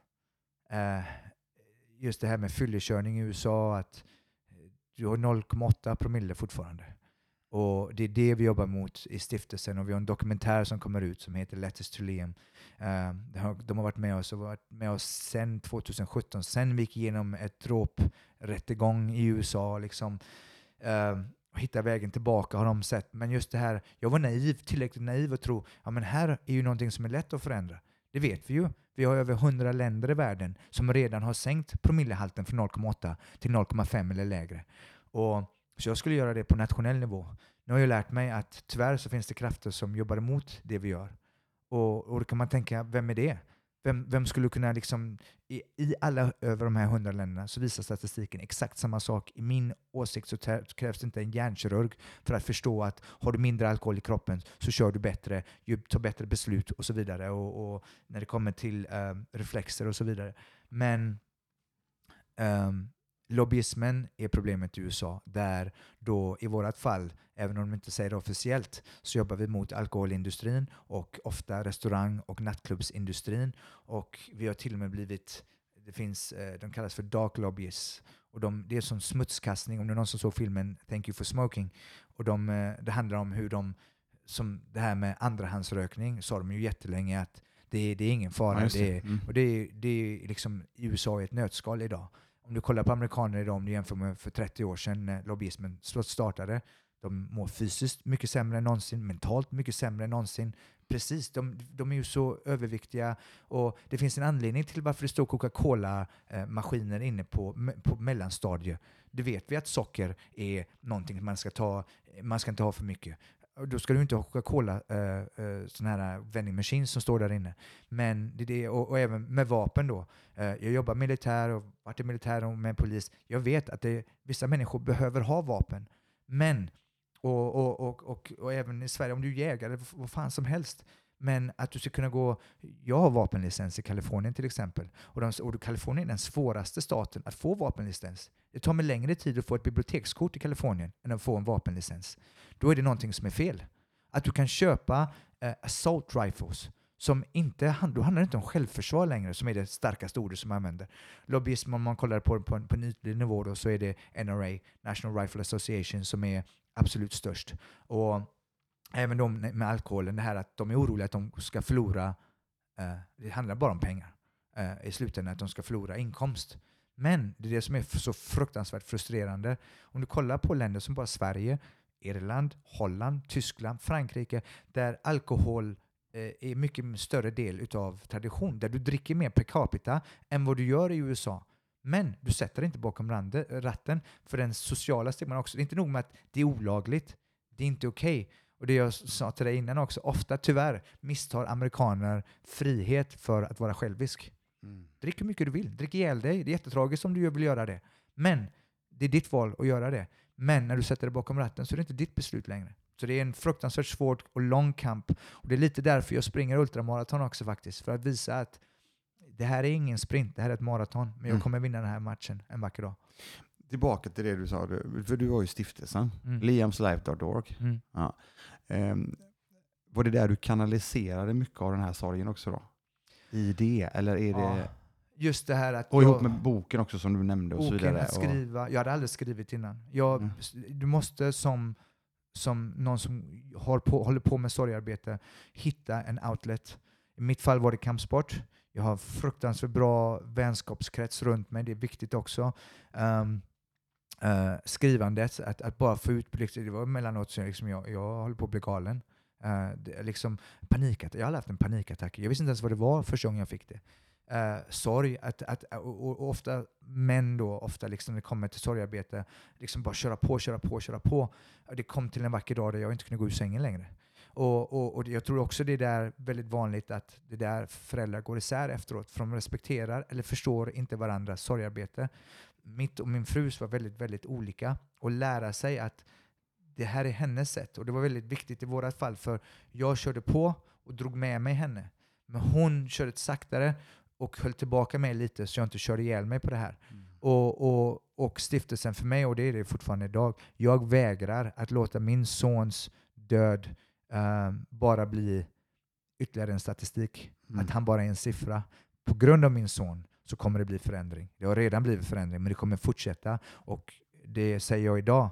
Speaker 2: just det här med fyllekörning i USA, att du har 0,8 promille fortfarande. Och det är det vi jobbar mot i stiftelsen, och vi har en dokumentär som kommer ut som heter Letters to Liam. De har varit med oss sedan 2017, sen vi gick igenom ett dråprättegång i USA liksom. Hitta vägen tillbaka har de sett. Men just det här, jag var tillräckligt naiv och tro, ja men här är ju någonting som är lätt att förändra. Det vet vi ju. Vi har över 100 länder i världen som redan har sänkt promillehalten från 0,8 till 0,5 eller lägre. Så jag skulle göra det på nationell nivå. Nu har jag lärt mig att tyvärr så finns det krafter som jobbar emot det vi gör. Och då kan man tänka, vem är det? Vem skulle kunna liksom, i alla över de här 100 länderna så visar statistiken exakt samma sak. I min åsikt så krävs det inte en hjärnkirurg för att förstå att har du mindre alkohol i kroppen så kör du bättre, tar bättre beslut och så vidare. Och när det kommer till reflexer och så vidare. Men lobbyismen är problemet i USA, där då i vårat fall, även om de inte säger det officiellt, så jobbar vi mot alkoholindustrin och ofta restaurang- och nattklubbsindustrin. Och vi har till och med de kallas för dark lobbyists. Och det är som smutskastning, om det är någon som såg filmen Thank You for Smoking. Och det handlar om hur som det här med andrahandsrökning, sa de ju jättelänge att det är ingen fara. Och det är liksom i USA i ett nötskal idag. Om du kollar på amerikaner idag, om du jämför med för 30 år sedan när lobbyismen startade, de mår fysiskt mycket sämre än någonsin, mentalt mycket sämre än någonsin. Precis, de är ju så överviktiga, och det finns en anledning till varför det står Coca-Cola-maskiner inne på mellanstadiet. Det vet vi att socker är någonting man ska inte ha för mycket. Då ska du inte ha Coca-Cola sån här vending machine som står där inne. Men det och även med vapen då. Jag jobbar militär och varit i militär och med polis. Jag vet att vissa människor behöver ha vapen. Men och även i Sverige, om du är jägare, vad fan som helst. Men att du ska kunna jag har vapenlicens i Kalifornien till exempel. Och Kalifornien är den svåraste staten att få vapenlicens. Det tar mig längre tid att få ett bibliotekskort i Kalifornien än att få en vapenlicens. Då är det någonting som är fel. Att du kan köpa assault rifles som inte, då handlar det inte om självförsvar längre, som är det starkaste ordet som man använder. Lobbyism, om man kollar på en ytlig nivå då, så är det NRA, National Rifle Association, som är absolut störst. Och även de med alkoholen, det här att de är oroliga att de ska förlora, det handlar bara om pengar i slutändan, att de ska förlora inkomst. Men det är det som är så fruktansvärt frustrerande. Om du kollar på länder som bara Sverige, Irland, Holland, Tyskland, Frankrike, där alkohol är mycket större del utav tradition, där du dricker mer per capita än vad du gör i USA. Men du sätter inte bakom ratten för den sociala stigman också. Det är inte nog med att det är olagligt, det är inte okej. Och det jag sa till dig innan också, ofta tyvärr misstar amerikaner frihet för att vara självisk. Drick hur mycket du vill, drick ihjäl dig. Det är jättetragiskt om du vill göra det. Men det är ditt val att göra det. Men när du sätter dig bakom ratten så är det inte ditt beslut längre. Så det är en fruktansvärt svår och lång kamp. Och det är lite därför jag springer ultramaraton också faktiskt. För att visa att det här är ingen sprint, det här är ett maraton. Men jag kommer vinna den här matchen en vacker dag.
Speaker 1: Tillbaka till det du sa, för du var ju stiftelsen. Liamslife.org. Ja. Var det där du kanaliserade mycket av den här sorgen också då? I det? Eller är det...
Speaker 2: Ja, just det här att...
Speaker 1: Och ihop med boken också som du nämnde och så
Speaker 2: boken
Speaker 1: vidare.
Speaker 2: Att skriva, jag hade aldrig skrivit innan. Du måste som någon som håller på med sorgarbete hitta en outlet. I mitt fall var det kampsport. Jag har fruktansvärt bra vänskapskrets runt mig. Det är viktigt också. Skrivandet, att bara få ut, det var emellanåt så liksom jag håller på att bli galen. Liksom panikat. Jag har haft en panikattack. Jag visste inte ens vad det var första gången jag fick det. Sorg, och ofta män då, ofta liksom när det kommer till sorgarbete, liksom bara köra på. Det kom till en vacker dag där jag inte kunde gå ur sängen längre. Och jag tror också det är där väldigt vanligt att det där föräldrar går isär efteråt, för de respekterar eller förstår inte varandras sorgarbete. Mitt och min frus var väldigt, väldigt olika, och lära sig att det här är hennes sätt. Och det var väldigt viktigt i vårat fall, för jag körde på och drog med mig henne. Men hon körde saktare och höll tillbaka mig lite så jag inte körde ihjäl mig på det här. Och stiftelsen för mig, och det är det fortfarande idag, jag vägrar att låta min sons död bara bli ytterligare en statistik. Att han bara är en siffra. På grund av min son så kommer det bli förändring. Det har redan blivit förändring, men det kommer fortsätta. Och det säger jag idag.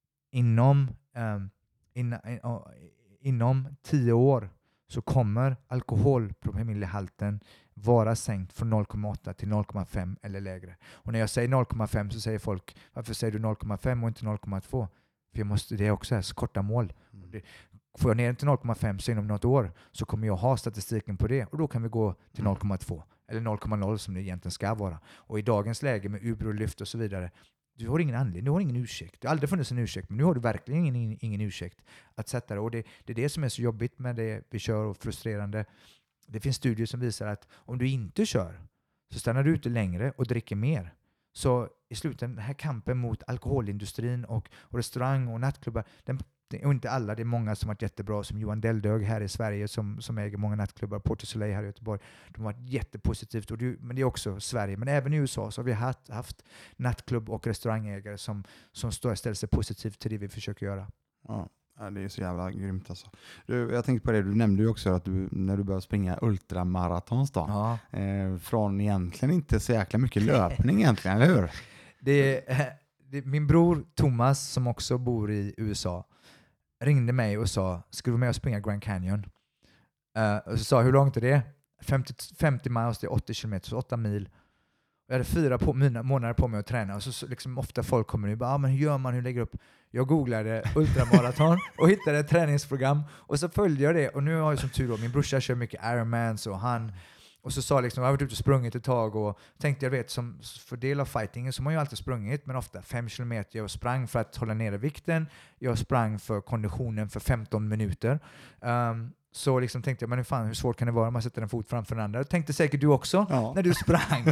Speaker 2: Inom 10 år så kommer alkoholpromillehalten vara sänkt från 0,8 till 0,5 eller lägre. Och när jag säger 0,5 så säger folk, varför säger du 0,5 och inte 0,2? För det är också så korta mål. Får jag ner den till 0,5 så inom något år så kommer jag ha statistiken på det, och då kan vi gå till 0,2 eller 0,0 som det egentligen ska vara. Och i dagens läge med Uber och Lyft och så vidare, du har ingen anledning, du har ingen ursäkt. Det har aldrig funnits en ursäkt, men nu har du verkligen ingen ursäkt att sätta det. Och det är det som är så jobbigt med det vi kör och frustrerande. Det finns studier som visar att om du inte kör så stannar du ute längre och dricker mer. Så i slutändan, den här kampen mot alkoholindustrin och restaurang och nattklubbar, och inte alla, det är många som har varit jättebra, som Johan Delldög här i Sverige som äger många nattklubbar, Port du Soleil här i Göteborg. De har varit jättepositivt, men det är också Sverige. Men även i USA så har vi haft nattklubb- och restaurangägare som ställer sig positivt till det vi försöker göra.
Speaker 1: Ja, det är så jävla grymt alltså. Jag tänkte på det, du nämnde ju också att när du började springa ultramaratons då, från egentligen inte så jäkla mycket löpning egentligen, eller hur?
Speaker 2: Min bror Thomas, som också bor i USA, ringde mig och sa, ska du vara med och springa Grand Canyon? Och så sa hur långt är det? 50 miles, det är 80 kilometer, så 8 mil. Jag hade 4 månader på mig att träna, och så liksom ofta folk kommer och bara, men hur gör man, hur lägger upp? Jag googlade ultramaraton och hittade ett träningsprogram, och så följde jag det, och nu har jag som tur då, min brorsa kör mycket Ironmans, och så sa liksom, jag har varit ute och sprungit ett tag, och tänkte, jag vet, som för del av fightingen så har man ju alltid sprungit, men ofta 5 kilometer. Jag sprang för att hålla nere vikten, jag sprang för konditionen för 15 minuter. Så liksom tänkte jag, men hur svårt kan det vara om man sätter en fot framför den andra? Jag tänkte säkert du också när du sprang.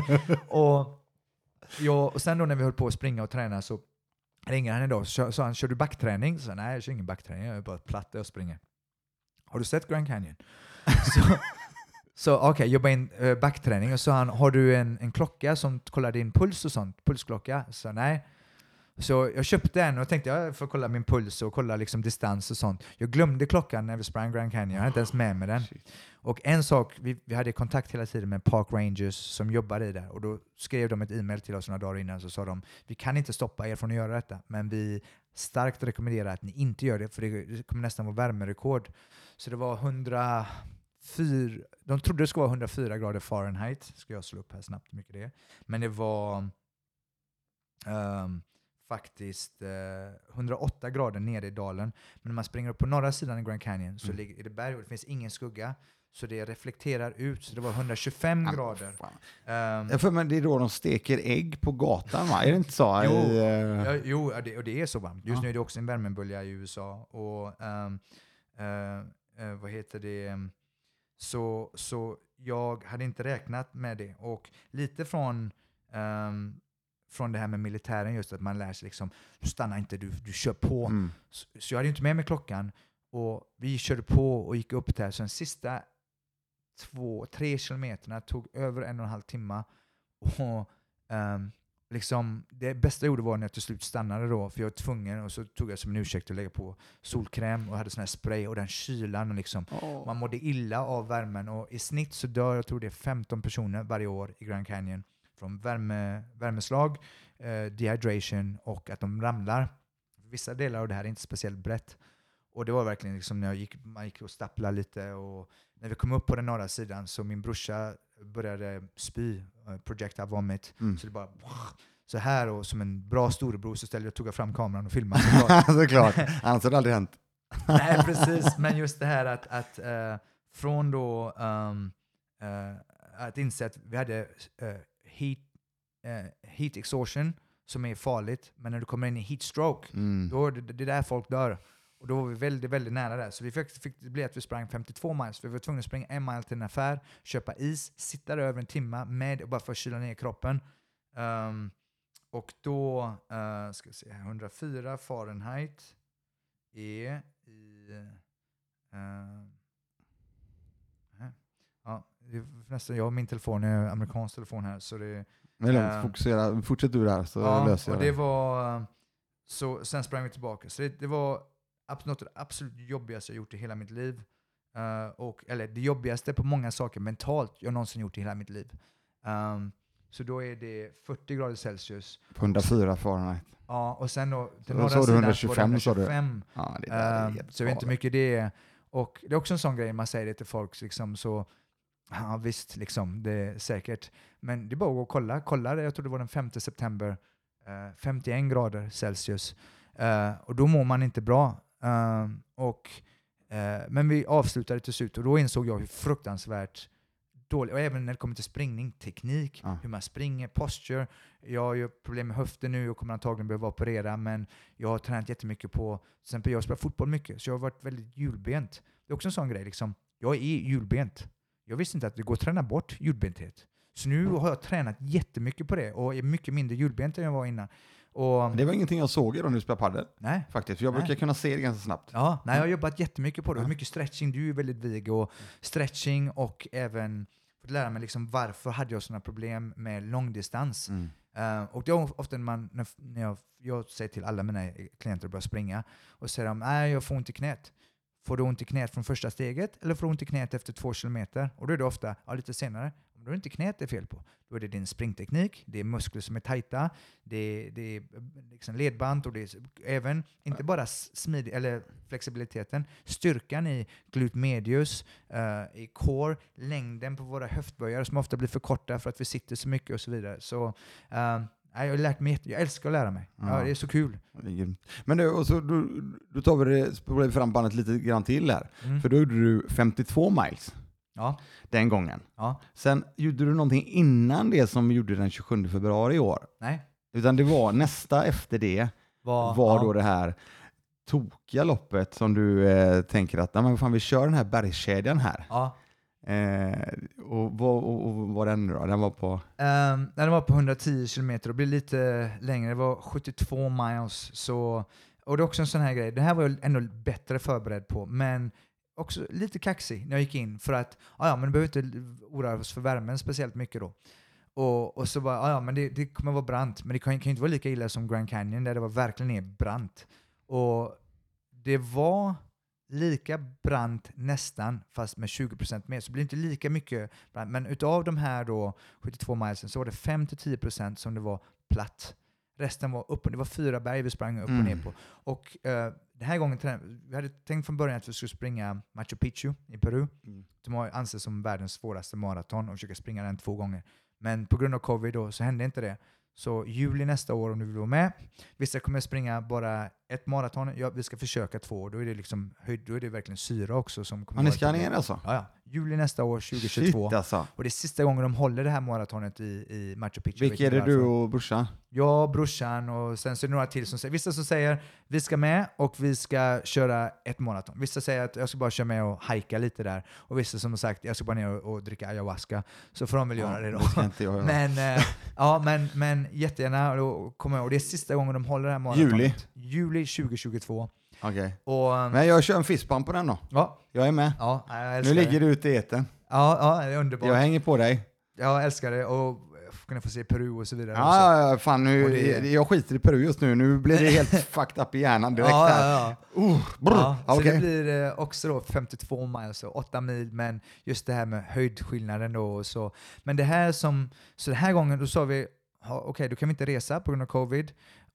Speaker 2: och sen då när vi höll på att springa och träna så ringer han idag, så sa han, kör du backträning? Så nej, jag kör ingen backträning, jag är bara platt och springer. Har du sett Grand Canyon? Så okej, jobba in backträning, och så han, har du en klocka som kollar din puls och sånt, pulsklocka? Så nej. Så jag köpte en och tänkte jag får kolla min puls och kolla liksom distans och sånt. Jag glömde klockan när vi sprang Grand Canyon. Jag hade inte ens med mig den.
Speaker 1: Shit.
Speaker 2: Och en sak, vi hade kontakt hela tiden med Park Rangers som jobbar i där. Och då skrev de ett e-mail till oss några dagar innan. Så sa de, vi kan inte stoppa er från att göra detta. Men vi starkt rekommenderar att ni inte gör det. För det kommer nästan vara värmerekord. Så det var 104... De trodde det skulle vara 104 grader Fahrenheit. Ska jag slå upp här snabbt hur mycket det är. Men det var... faktiskt 108 grader nere i dalen. Men när man springer upp på norra sidan i Grand Canyon så är det berg och det finns ingen skugga. Så det reflekterar ut. Så det var 125 grader.
Speaker 1: Men det är då de steker ägg på gatan, va? Är det inte så?
Speaker 2: Jo, och det är så varmt. Just nu är det också en värmebölja i USA. Och vad heter det? Så jag hade inte räknat med det. Och lite från det här med militären, just att man lär sig liksom, du stannar inte, du kör på. Så jag hade inte med mig klockan och vi körde på och gick upp där. Så den sista 2-3 kilometerna tog över 1,5 timme. Och liksom, det bästa jag gjorde var när jag till slut stannade då, för jag var tvungen, och så tog jag som en ursäkt att lägga på solkräm och hade sån här spray och den kylan och liksom, man mådde illa av värmen och i snitt så dör, jag tror det är 15 personer varje år i Grand Canyon från värmeslag, dehydration och att de ramlar. Vissa delar av det här är inte speciellt brett. Och det var verkligen liksom när man gick och stapplade lite, och när vi kom upp på den norra sidan så min brorsa började spy, projectile vomit. Så det bara så här, och som en bra storebror så tog jag fram kameran och filmade.
Speaker 1: Såklart, annars hade det aldrig hänt.
Speaker 2: Nej, precis. Men just det här att från då att inse att vi hade heat exhaustion som är farligt, men när du kommer in i heat stroke, då är det där folk dör. Och då var vi väldigt, väldigt nära där. Så vi fick det bli att vi sprang 52 miles. För vi var tvungna att springa 1 mile till en affär, köpa is, sitta där över en timme med, bara för att kyla ner kroppen. Och då, ska vi se, 104 Fahrenheit är i... nästan, jag har min telefon, är amerikansk telefon här. Så det
Speaker 1: är lugnt, fortsätt du där så löser jag
Speaker 2: det. Var, så sen sprang vi tillbaka. Så det var något av det absolut jobbigaste jag gjort i hela mitt liv. Eller det jobbigaste på många saker mentalt jag någonsin gjort i hela mitt liv. Så då är det 40 grader Celsius.
Speaker 1: På 104 Fahrenheit.
Speaker 2: Ja, och sen då till
Speaker 1: norra sidan 125, var det 125. Ja, det är
Speaker 2: så jag vet inte hur mycket det är. Och det är också en sån grej, man säger det till folk liksom, så ja visst, liksom, det är säkert. Men det är bara att gå och kolla. Jag tror det var den 5 september. 51 grader Celsius. Och då mår man inte bra. Men vi avslutade till slut och då insåg jag hur fruktansvärt dåligt, och även när det kommer till springning, teknik, hur man springer, posture. Jag har ju problem med höften nu och kommer antagligen behöva operera, men jag har tränat jättemycket på, till exempel jag spelar fotboll mycket, så jag har varit väldigt hjulbent. Det är också en sån grej, liksom, jag är hjulbent. Jag visste inte att det går att träna bort hjulbenthet. Så nu har jag tränat jättemycket på det och är mycket mindre hjulbent än jag var innan. Och
Speaker 1: det var ingenting jag såg när du spelade padel.
Speaker 2: Nej.
Speaker 1: Faktiskt, för jag brukar kunna se det ganska snabbt.
Speaker 2: Ja, nej, jag har jobbat jättemycket på det. Mycket stretching, du är väldigt vig, och stretching, och även fått lära mig liksom varför hade jag sådana problem med långdistans. Och det är ofta när jag säger till alla mina klienter att börja springa och säger de, nej jag får ont i knät. Får du ont i knät från första steget eller får du ont i knät efter 2 kilometer? Och då är det ofta, lite senare, om du inte knät det är fel på. Då är det din springteknik, det är muskler som är tajta, det är liksom ledband, och det är även, inte bara eller flexibiliteten, styrkan i glute medius, i core, längden på våra höftböjar som ofta blir för korta för att vi sitter så mycket och så vidare. Så jag har lärt mig jag älskar att lära mig. Ja, det är så kul.
Speaker 1: Men då tar vi fram bandet lite grann till här. För då gjorde du 52 miles.
Speaker 2: Ja.
Speaker 1: Den gången.
Speaker 2: Ja.
Speaker 1: Sen gjorde du någonting innan det som vi gjorde den 27 februari i år.
Speaker 2: Nej.
Speaker 1: Utan det var nästa efter det var då det här tokiga loppet som du tänker att nej, men fan, vi kör den här bergskedjan här.
Speaker 2: Ja.
Speaker 1: Och vad den nu då? Den var på?
Speaker 2: Den var på 110 kilometer och blev lite längre. Det var 72 miles. Så, och det är också en sån här grej. Det här var jag ändå bättre förberedd på, men också lite kaxig när jag gick in för att men du behöver inte oroa oss för värmen speciellt mycket då. Och så bara, ja men det kommer vara brant, men det kan ju inte vara lika illa som Grand Canyon där det var verkligen är brant. Och det var lika brant nästan, fast med 20% mer. Så det blir inte lika mycket brant. Men utav de här då 72 milesen så var det 5-10% som det var platt. Resten var upp och det var 4 berg vi sprang upp och ner på. Och den här gången, vi hade tänkt från början att vi skulle springa Machu Picchu i Peru. Som anses som världens svåraste maraton och försöka springa den 2 gånger. Men på grund av covid då, så hände inte det. Så juli nästa år om du vill vara med. Vissa kommer springa bara ett maraton. Ja, vi ska försöka 2. Då är det liksom då är det verkligen syra också som kommer.
Speaker 1: Ni ska ner alltså?
Speaker 2: Ja. Juli nästa år 2022.
Speaker 1: Shit, alltså.
Speaker 2: Och det är sista gången de håller det här maratonet i Machu Picchu.
Speaker 1: Vilka är det du och brorsan?
Speaker 2: Jag, brorsan och sen så är det några till som säger, vissa som säger vi ska med och vi ska köra ett maraton. Vissa säger att jag ska bara köra med och hajka lite där. Och vissa som har sagt jag ska bara ner och dricka ayahuasca. Så får de väl göra det då.
Speaker 1: Det ska inte jag göra.
Speaker 2: Men jättegärna och komma. Och det är sista gången de håller det här maratonet. Juli 2022.
Speaker 1: Okej.
Speaker 2: Okay.
Speaker 1: Men jag kör en fistbump på den då.
Speaker 2: Ja.
Speaker 1: Jag är med.
Speaker 2: Ja,
Speaker 1: nu ligger du ute i etern.
Speaker 2: Ja, det är underbart.
Speaker 1: Jag hänger på dig.
Speaker 2: Jag älskar det och kunna få se Peru och så vidare.
Speaker 1: Ja, fan nu, jag skiter i Peru just nu. Nu blir det helt fucked up i hjärnan direkt här.
Speaker 2: Så det blir också då 52 miles och 8 mil, men just det här med höjdskillnaden då och så. Men det här så den här gången då sa vi okej, då kan vi inte resa på grund av covid.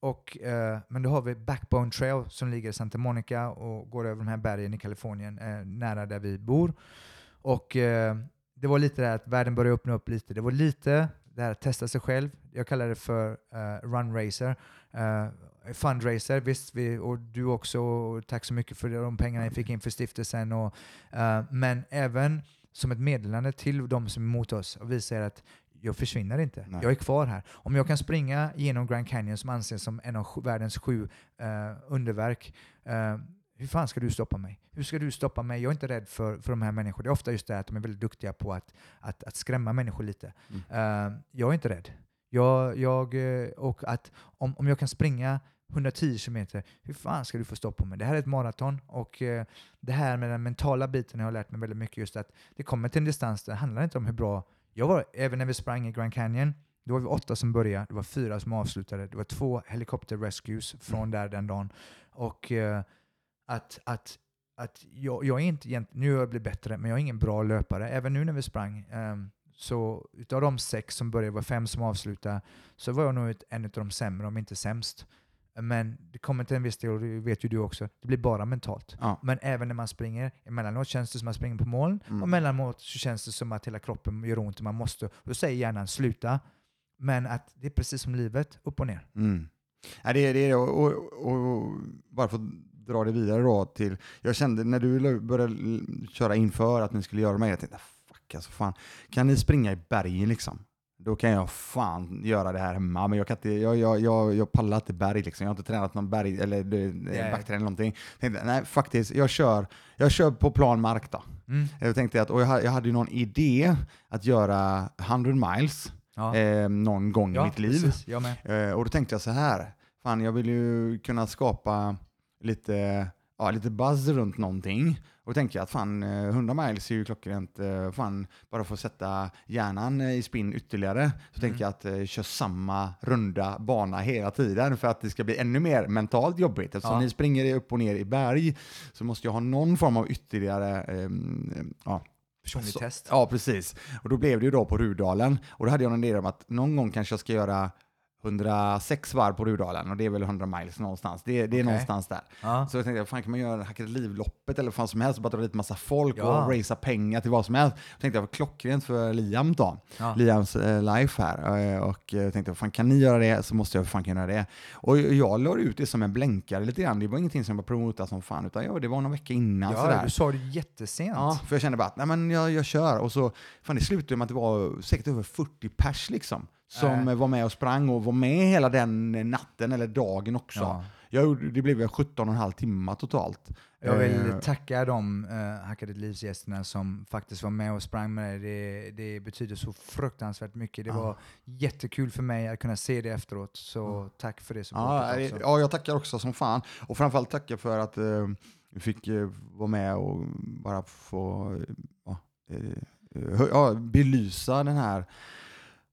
Speaker 2: Men då har vi Backbone Trail som ligger i Santa Monica och går över de här bergen i Kalifornien nära där vi bor. Och det var lite det här att världen började öppna upp lite. Det var lite det här att testa sig själv. Jag kallar det för runracer. Fundraiser, visst. Och du också. Och tack så mycket för de pengarna jag fick in för stiftelsen. Men även som ett meddelande till de som är emot oss. Och vi säger att jag försvinner inte. Nej. Jag är kvar här. Om jag kan springa genom Grand Canyon som anses som en av världens 7 underverk. Hur fan ska du stoppa mig? Hur ska du stoppa mig? Jag är inte rädd för de här människorna. Det är ofta just det att de är väldigt duktiga på att skrämma människor lite. Jag är inte rädd. Och att om jag kan springa 110 kilometer, hur fan ska du få stopp på mig? Det här är ett maraton och det här med den mentala biten har jag lärt mig väldigt mycket, just att det kommer till en distans där det handlar inte om hur bra jag var. Även när vi sprang i Grand Canyon, då var vi 8 som började, det var 4 som avslutade, det var 2 helikopter rescues från där den dagen. Och jag är inte, nu har jag blivit bättre, men jag är ingen bra löpare. Även nu när vi sprang, så utav de 6 som började, var 5 som avslutade, så var jag nog en av de sämre, om inte sämst. Men det kommer till en viss del, och det vet ju du också, det blir bara mentalt. Ja. Men även när man springer, emellanåt känns det som att man springer på moln, och emellanåt så känns det som att hela kroppen gör ont och man måste, och då säger hjärnan sluta. Men att det är precis som livet, upp och ner.
Speaker 1: Ja, det är det, och bara för att dra det vidare då till, jag kände när du började köra inför att ni skulle göra mig, jag tänkte fuck alltså, fan, kan ni springa i bergen liksom? Då kan jag fan göra det här hemma, men jag kan inte, jag pallar inte berg liksom. Jag har inte tränat någon berg eller backträning eller någonting. Jag tänkte, nej faktiskt, jag kör på plan mark då. Jag tänkte att, och jag hade ju någon idé att göra 100 miles någon gång i mitt liv.
Speaker 2: Precis, jag med.
Speaker 1: Och då tänkte jag så här, fan jag vill ju kunna skapa lite buzz runt någonting. Och då tänkte jag att fan 100 miles är ju klockrent, fan bara få sätta hjärnan i spinn ytterligare. Så tänkte jag att köra samma runda bana hela tiden för att det ska bli ännu mer mentalt jobbigt. Eftersom ni springer upp och ner i berg så måste jag ha någon form av ytterligare
Speaker 2: personlig test.
Speaker 1: Ja, precis. Och då blev det ju då på Rudalen. Och då hade jag en idé om att någon gång kanske jag ska göra 106 varv på Rudalen, och det är väl 100 miles någonstans. Det är någonstans där. Så jag tänkte, fan kan man göra Hacka livloppet eller fan som helst och bara dra dit massa folk och racea pengar till vad som helst. Jag tänkte jag var klockrent för Liam då. Liams life här. Och jag tänkte, fan kan ni göra det så måste jag fan kunna göra det. Och jag la ut det som en blänkare lite grann. Det var ingenting som jag promotade som fan, utan det var någon vecka innan.
Speaker 2: Ja, du sa det jättesent.
Speaker 1: Ja, för jag kände bara att nej, men jag kör. Och så det slutade med att det var säkert över 40 pers liksom. Som var med och sprang och var med hela den natten eller dagen också. Det blev 17,5 timmar totalt.
Speaker 2: Jag vill tacka de Hacka ditt livs-gästerna som faktiskt var med och sprang med det. Det betyder så fruktansvärt mycket. Det var jättekul för mig att kunna se det efteråt. Så tack för det supportet också.
Speaker 1: Ja, jag tackar också som fan. Och framförallt tackar för att vi fick vara med och bara få belysa den här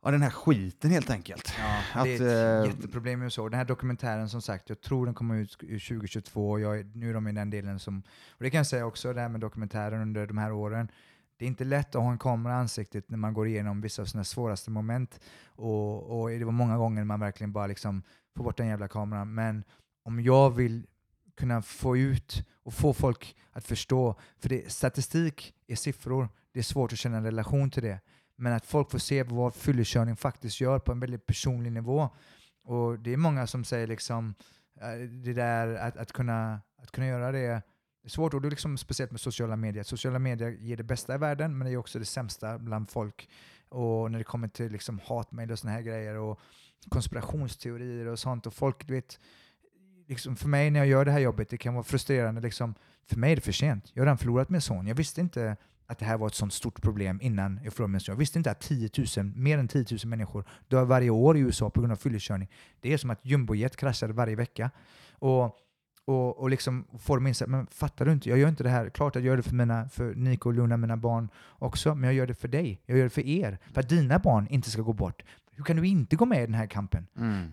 Speaker 1: Ja, den här skiten helt enkelt.
Speaker 2: Ja, det är ett jätteproblem med så. Den här dokumentären som sagt, jag tror den kommer ut 2022. Nu är de i den delen som... Och det kan jag säga också, det här med dokumentären under de här åren. Det är inte lätt att ha en kamera i ansiktet när man går igenom vissa av sina svåraste moment. Och det var många gånger man verkligen bara liksom får bort den jävla kameran. Men om jag vill kunna få ut och få folk att förstå, för statistik är siffror, det är svårt att känna en relation till det. Men att folk får se vad fyllekörning faktiskt gör på en väldigt personlig nivå. Och det är många som säger liksom det där att kunna göra det är svårt. Och det är liksom speciellt med sociala medier. Sociala medier ger det bästa i världen, men det är också det sämsta bland folk. Och när det kommer till liksom hatmejl och såna här grejer och konspirationsteorier och sånt. Och folk, du vet, liksom för mig när jag gör det här jobbet, det kan vara frustrerande. Liksom, för mig är det för sent. Jag har redan förlorat min son. Jag visste inte att det här var ett sånt stort problem innan jag förlorade min son. Jag visste inte att mer än 10 000 människor dör varje år i USA på grund av fyllekörning. Det är som att jumbojet kraschade varje vecka. Och liksom får de inse, men fattar du inte? Jag gör inte det här. Klart att jag gör det för Nico och Luna, mina barn också, men jag gör det för dig. Jag gör det för er. För att dina barn inte ska gå bort. Hur kan du inte gå med i den här kampen?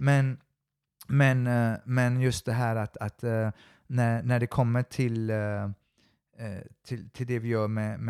Speaker 2: Men just det här att när det kommer till det vi gör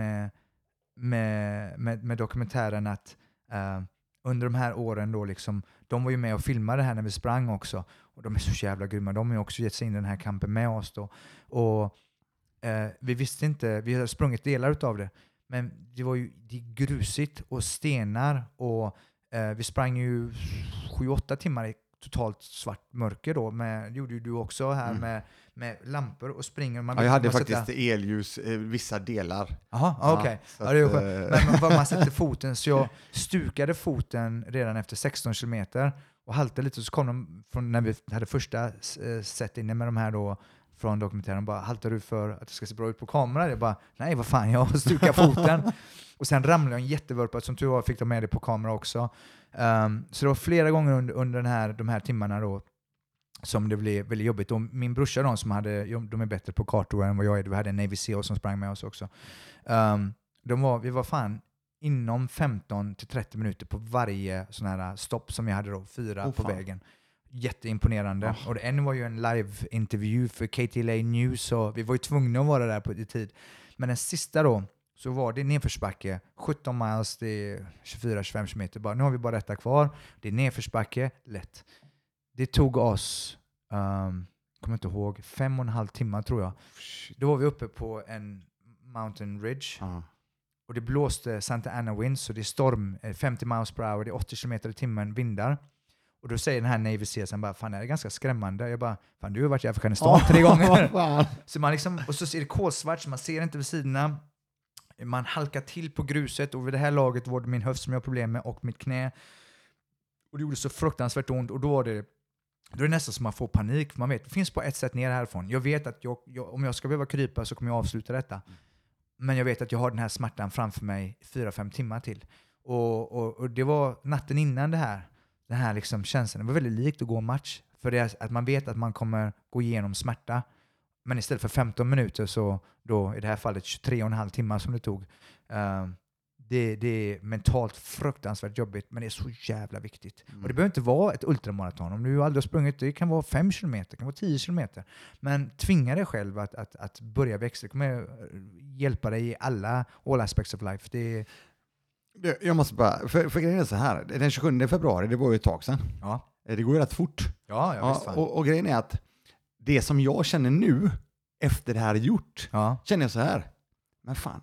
Speaker 2: med dokumentären, att under de här åren då liksom, de var ju med och filmade det här när vi sprang också, och de är så jävla grymma. De har ju också gett sig in i den här kampen med oss då, och vi visste inte, vi har sprungit delar utav det, men det är grusigt och stenar, och vi sprang ju 7-8 timmar i totalt svart mörker då, det gjorde ju du också här med lampor och springer.
Speaker 1: Jag hade faktiskt elljus vissa delar.
Speaker 2: Jaha, okej. Ja, det är skönt. Men var man sätter foten, så jag stukade foten redan efter 16 kilometer och haltade lite, och så kom de från när vi hade första set inne med de här då från dokumentären, bara, haltar du för att det ska se bra ut på kamera? Jag bara, nej vad fan, jag stukat foten. Och sen ramlade jag en jättevurpa, som tur var fick de med det på kamera också. Så det var flera gånger under de här timmarna då som det blev väldigt jobbigt. Och min brorsa, de är bättre på kartor än vad jag är. Vi hade en Navy SEAL som sprang med oss också. Vi var fan inom 15-30 minuter på varje sån här stopp som jag hade då, 4 på vägen. Jätteimponerande. Och en var ju en live-intervju för KTLA News, så vi var ju tvungna att vara där på tid. Men den sista då, så var det nedförsbacke, 17 miles, det är 24-25 kilometer. Nu har vi bara detta kvar. Det är nedförsbacke, lätt. Det tog oss, kommer inte ihåg, 5,5 timmar tror jag. Då var vi uppe på en mountain ridge. Och det blåste Santa Ana winds, så det är storm, 50 miles per hour, det är 80 kilometer i timmen vindar. Och då säger den här Navy SEAL, bara, fan det är ganska skrämmande. Jag bara, fan du har varit i Afghanistan 3 gånger. Så man liksom, och så är det kolsvart, så man ser inte vid sidorna. Man halkar till på gruset, och vid det här laget var det min höft som jag har problem med och mitt knä. Och det gjorde så fruktansvärt ont, och då är det nästan som man får panik. Man vet, det finns bara ett sätt ner härifrån. Jag vet att om jag ska behöva krypa så kommer jag avsluta detta. Men jag vet att jag har den här smärtan framför mig 4-5 timmar till. Och det var natten innan den här liksom känslan. Det var väldigt likt att gå en match. För det är att man vet att man kommer gå igenom smärta. Men istället för 15 minuter, så då i det här fallet 23,5 timmar som det tog. Det är mentalt fruktansvärt jobbigt, men det är så jävla viktigt. Och det behöver inte vara ett ultramaraton. Om du aldrig har sprungit, det kan vara 5 kilometer, det kan vara 10 kilometer. Men tvinga dig själv att börja växa. Det kommer hjälpa dig i all aspects of life.
Speaker 1: Jag måste bara, för grejen är så här, den 27 februari, det var ju ett tag sedan.
Speaker 2: Ja.
Speaker 1: Det går ju rätt fort.
Speaker 2: Ja, visst fan.
Speaker 1: Och grejen är att det som jag känner nu, efter det här gjort, känner jag så här, men fan,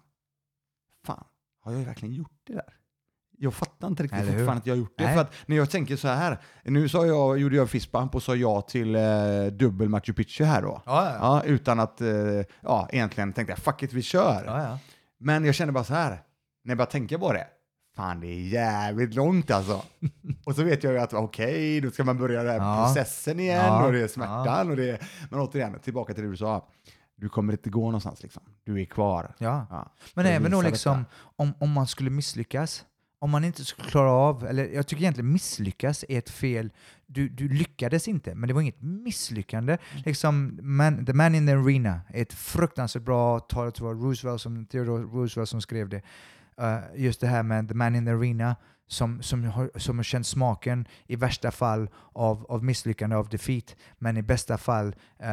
Speaker 1: har jag verkligen gjort det där? Jag fattar inte riktigt fortfarande att jag har gjort det. För att när jag tänker så här, nu gjorde jag fistbump och sa ja till dubbel Machu Picchu här då. Ja, utan att, egentligen tänkte jag, fuck it, vi kör.
Speaker 2: Ja.
Speaker 1: Men jag känner bara så här, när jag bara tänker på det, fan det är jävligt långt alltså. Och så vet jag ju att okej, då ska man börja den här processen igen, och det är smärtan, och det är, men återigen, tillbaka till det du sa. Du kommer inte gå någonstans liksom. Du är kvar.
Speaker 2: Ja. Men även då liksom, om man skulle misslyckas, om man inte skulle klara av, eller jag tycker egentligen misslyckas är ett fel. Du lyckades inte, men det var inget misslyckande. Liksom, The Man in the Arena är ett fruktansvärt bra tal. Jag tror det var Theodore Roosevelt som skrev det. Just det här med The Man in the Arena. som har känt smaken i värsta fall av misslyckande, av defeat, men i bästa fall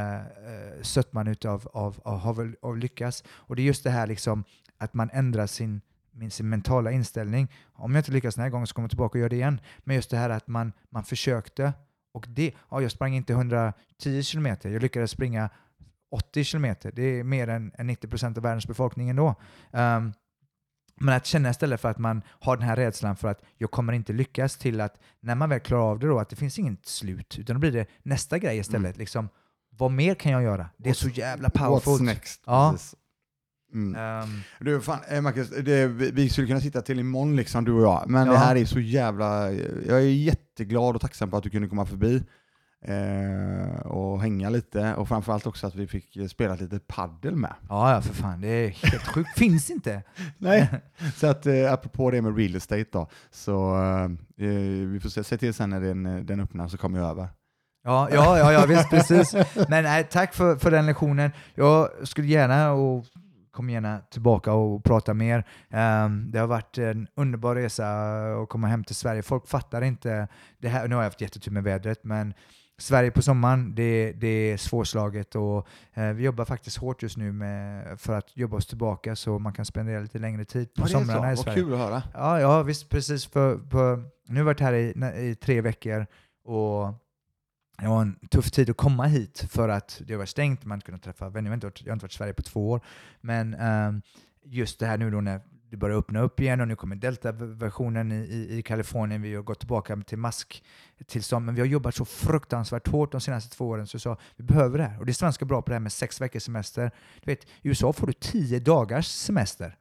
Speaker 2: sötman av lyckas. Och det är just det här liksom, att man ändrar sin mentala inställning. Om jag inte lyckas den här gången så kommer jag tillbaka och gör det igen. Men just det här att man försökte, och jag sprang inte 110 kilometer, jag lyckades springa 80 kilometer. Det är mer än 90% av världens befolkning ändå. Men att känna istället för att man har den här rädslan för att jag kommer inte lyckas, till att när man väl klarar av det då, att det finns inget slut, utan då blir det nästa grej istället. Liksom, vad mer kan jag göra? Det är så jävla powerful.
Speaker 1: What's next?
Speaker 2: Ja.
Speaker 1: Du, fan, Marcus, vi skulle kunna sitta till imorgon liksom, du och jag. Men det här är så jävla... Jag är jätteglad och tacksam på att du kunde komma förbi och hänga lite. Och framförallt också att vi fick spela lite paddel med.
Speaker 2: Ja, för fan. Det är helt sjukt. Finns inte.
Speaker 1: Nej. Så att apropå det med real estate då. Så vi får se till sen när den öppnar, så kommer jag över.
Speaker 2: Ja, visst, precis. Men nej, tack för den lektionen. Jag skulle gärna och kom gärna tillbaka och prata mer. Det har varit en underbar resa att komma hem till Sverige. Folk fattar inte det här. Nu har jag haft jättetur med vädret, men Sverige på sommaren, det är svårslaget, och vi jobbar faktiskt hårt just nu för att jobba oss tillbaka så man kan spendera lite längre tid på somrarna i Sverige.
Speaker 1: Vad kul att höra.
Speaker 2: Ja, visst, precis. Nu har jag varit här i 3 veckor, och det var en tuff tid att komma hit för att det var stängt, man kunde träffa vänner. Jag har inte varit i Sverige på 2 år, men just det här nu då när det börjar öppna upp igen, och nu kommer Delta-versionen i Kalifornien. Vi har gått tillbaka till masktillstånd, men vi har jobbat så fruktansvärt hårt de senaste 2 åren, så jag sa, vi behöver det här. Och det är svenska bra på det här med 6 veckors semester. Du vet, i USA får du 10 dagars semester.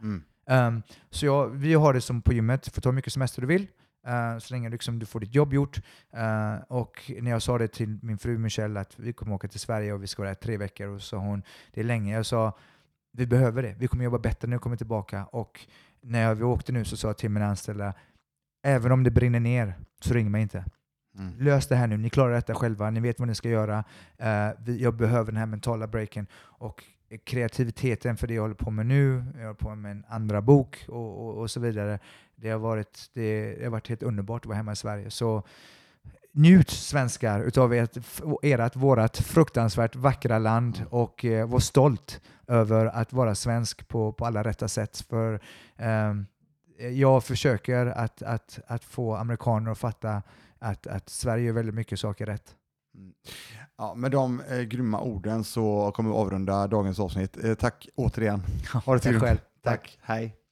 Speaker 2: Så vi har det som på gymmet, du får ta hur mycket semester du vill. Så länge liksom du får ditt jobb gjort. Och när jag sa det till min fru Michelle att vi kommer åka till Sverige och vi ska vara där 3 veckor, och sa hon, det är länge. Jag sa, vi behöver det. Vi kommer jobba bättre när vi kommer tillbaka. Och när vi åkte nu så sa jag till mina anställda, även om det brinner ner så ring mig inte. Lös det här nu. Ni klarar detta själva. Ni vet vad ni ska göra. Jag behöver den här mentala breaken. Och kreativiteten för det jag håller på med nu. Jag håller på med en andra bok och så vidare. Det har varit helt underbart att vara hemma i Sverige. Så njut, svenskar, utav vårat fruktansvärt vackra land, och var stolt över att vara svensk på alla rätta sätt. För jag försöker att få amerikaner att fatta att Sverige gör väldigt mycket saker rätt.
Speaker 1: Ja, med de grymma orden så kommer vi avrunda dagens avsnitt. Tack återigen.
Speaker 2: Ha det till själv.
Speaker 1: Tack. Hej.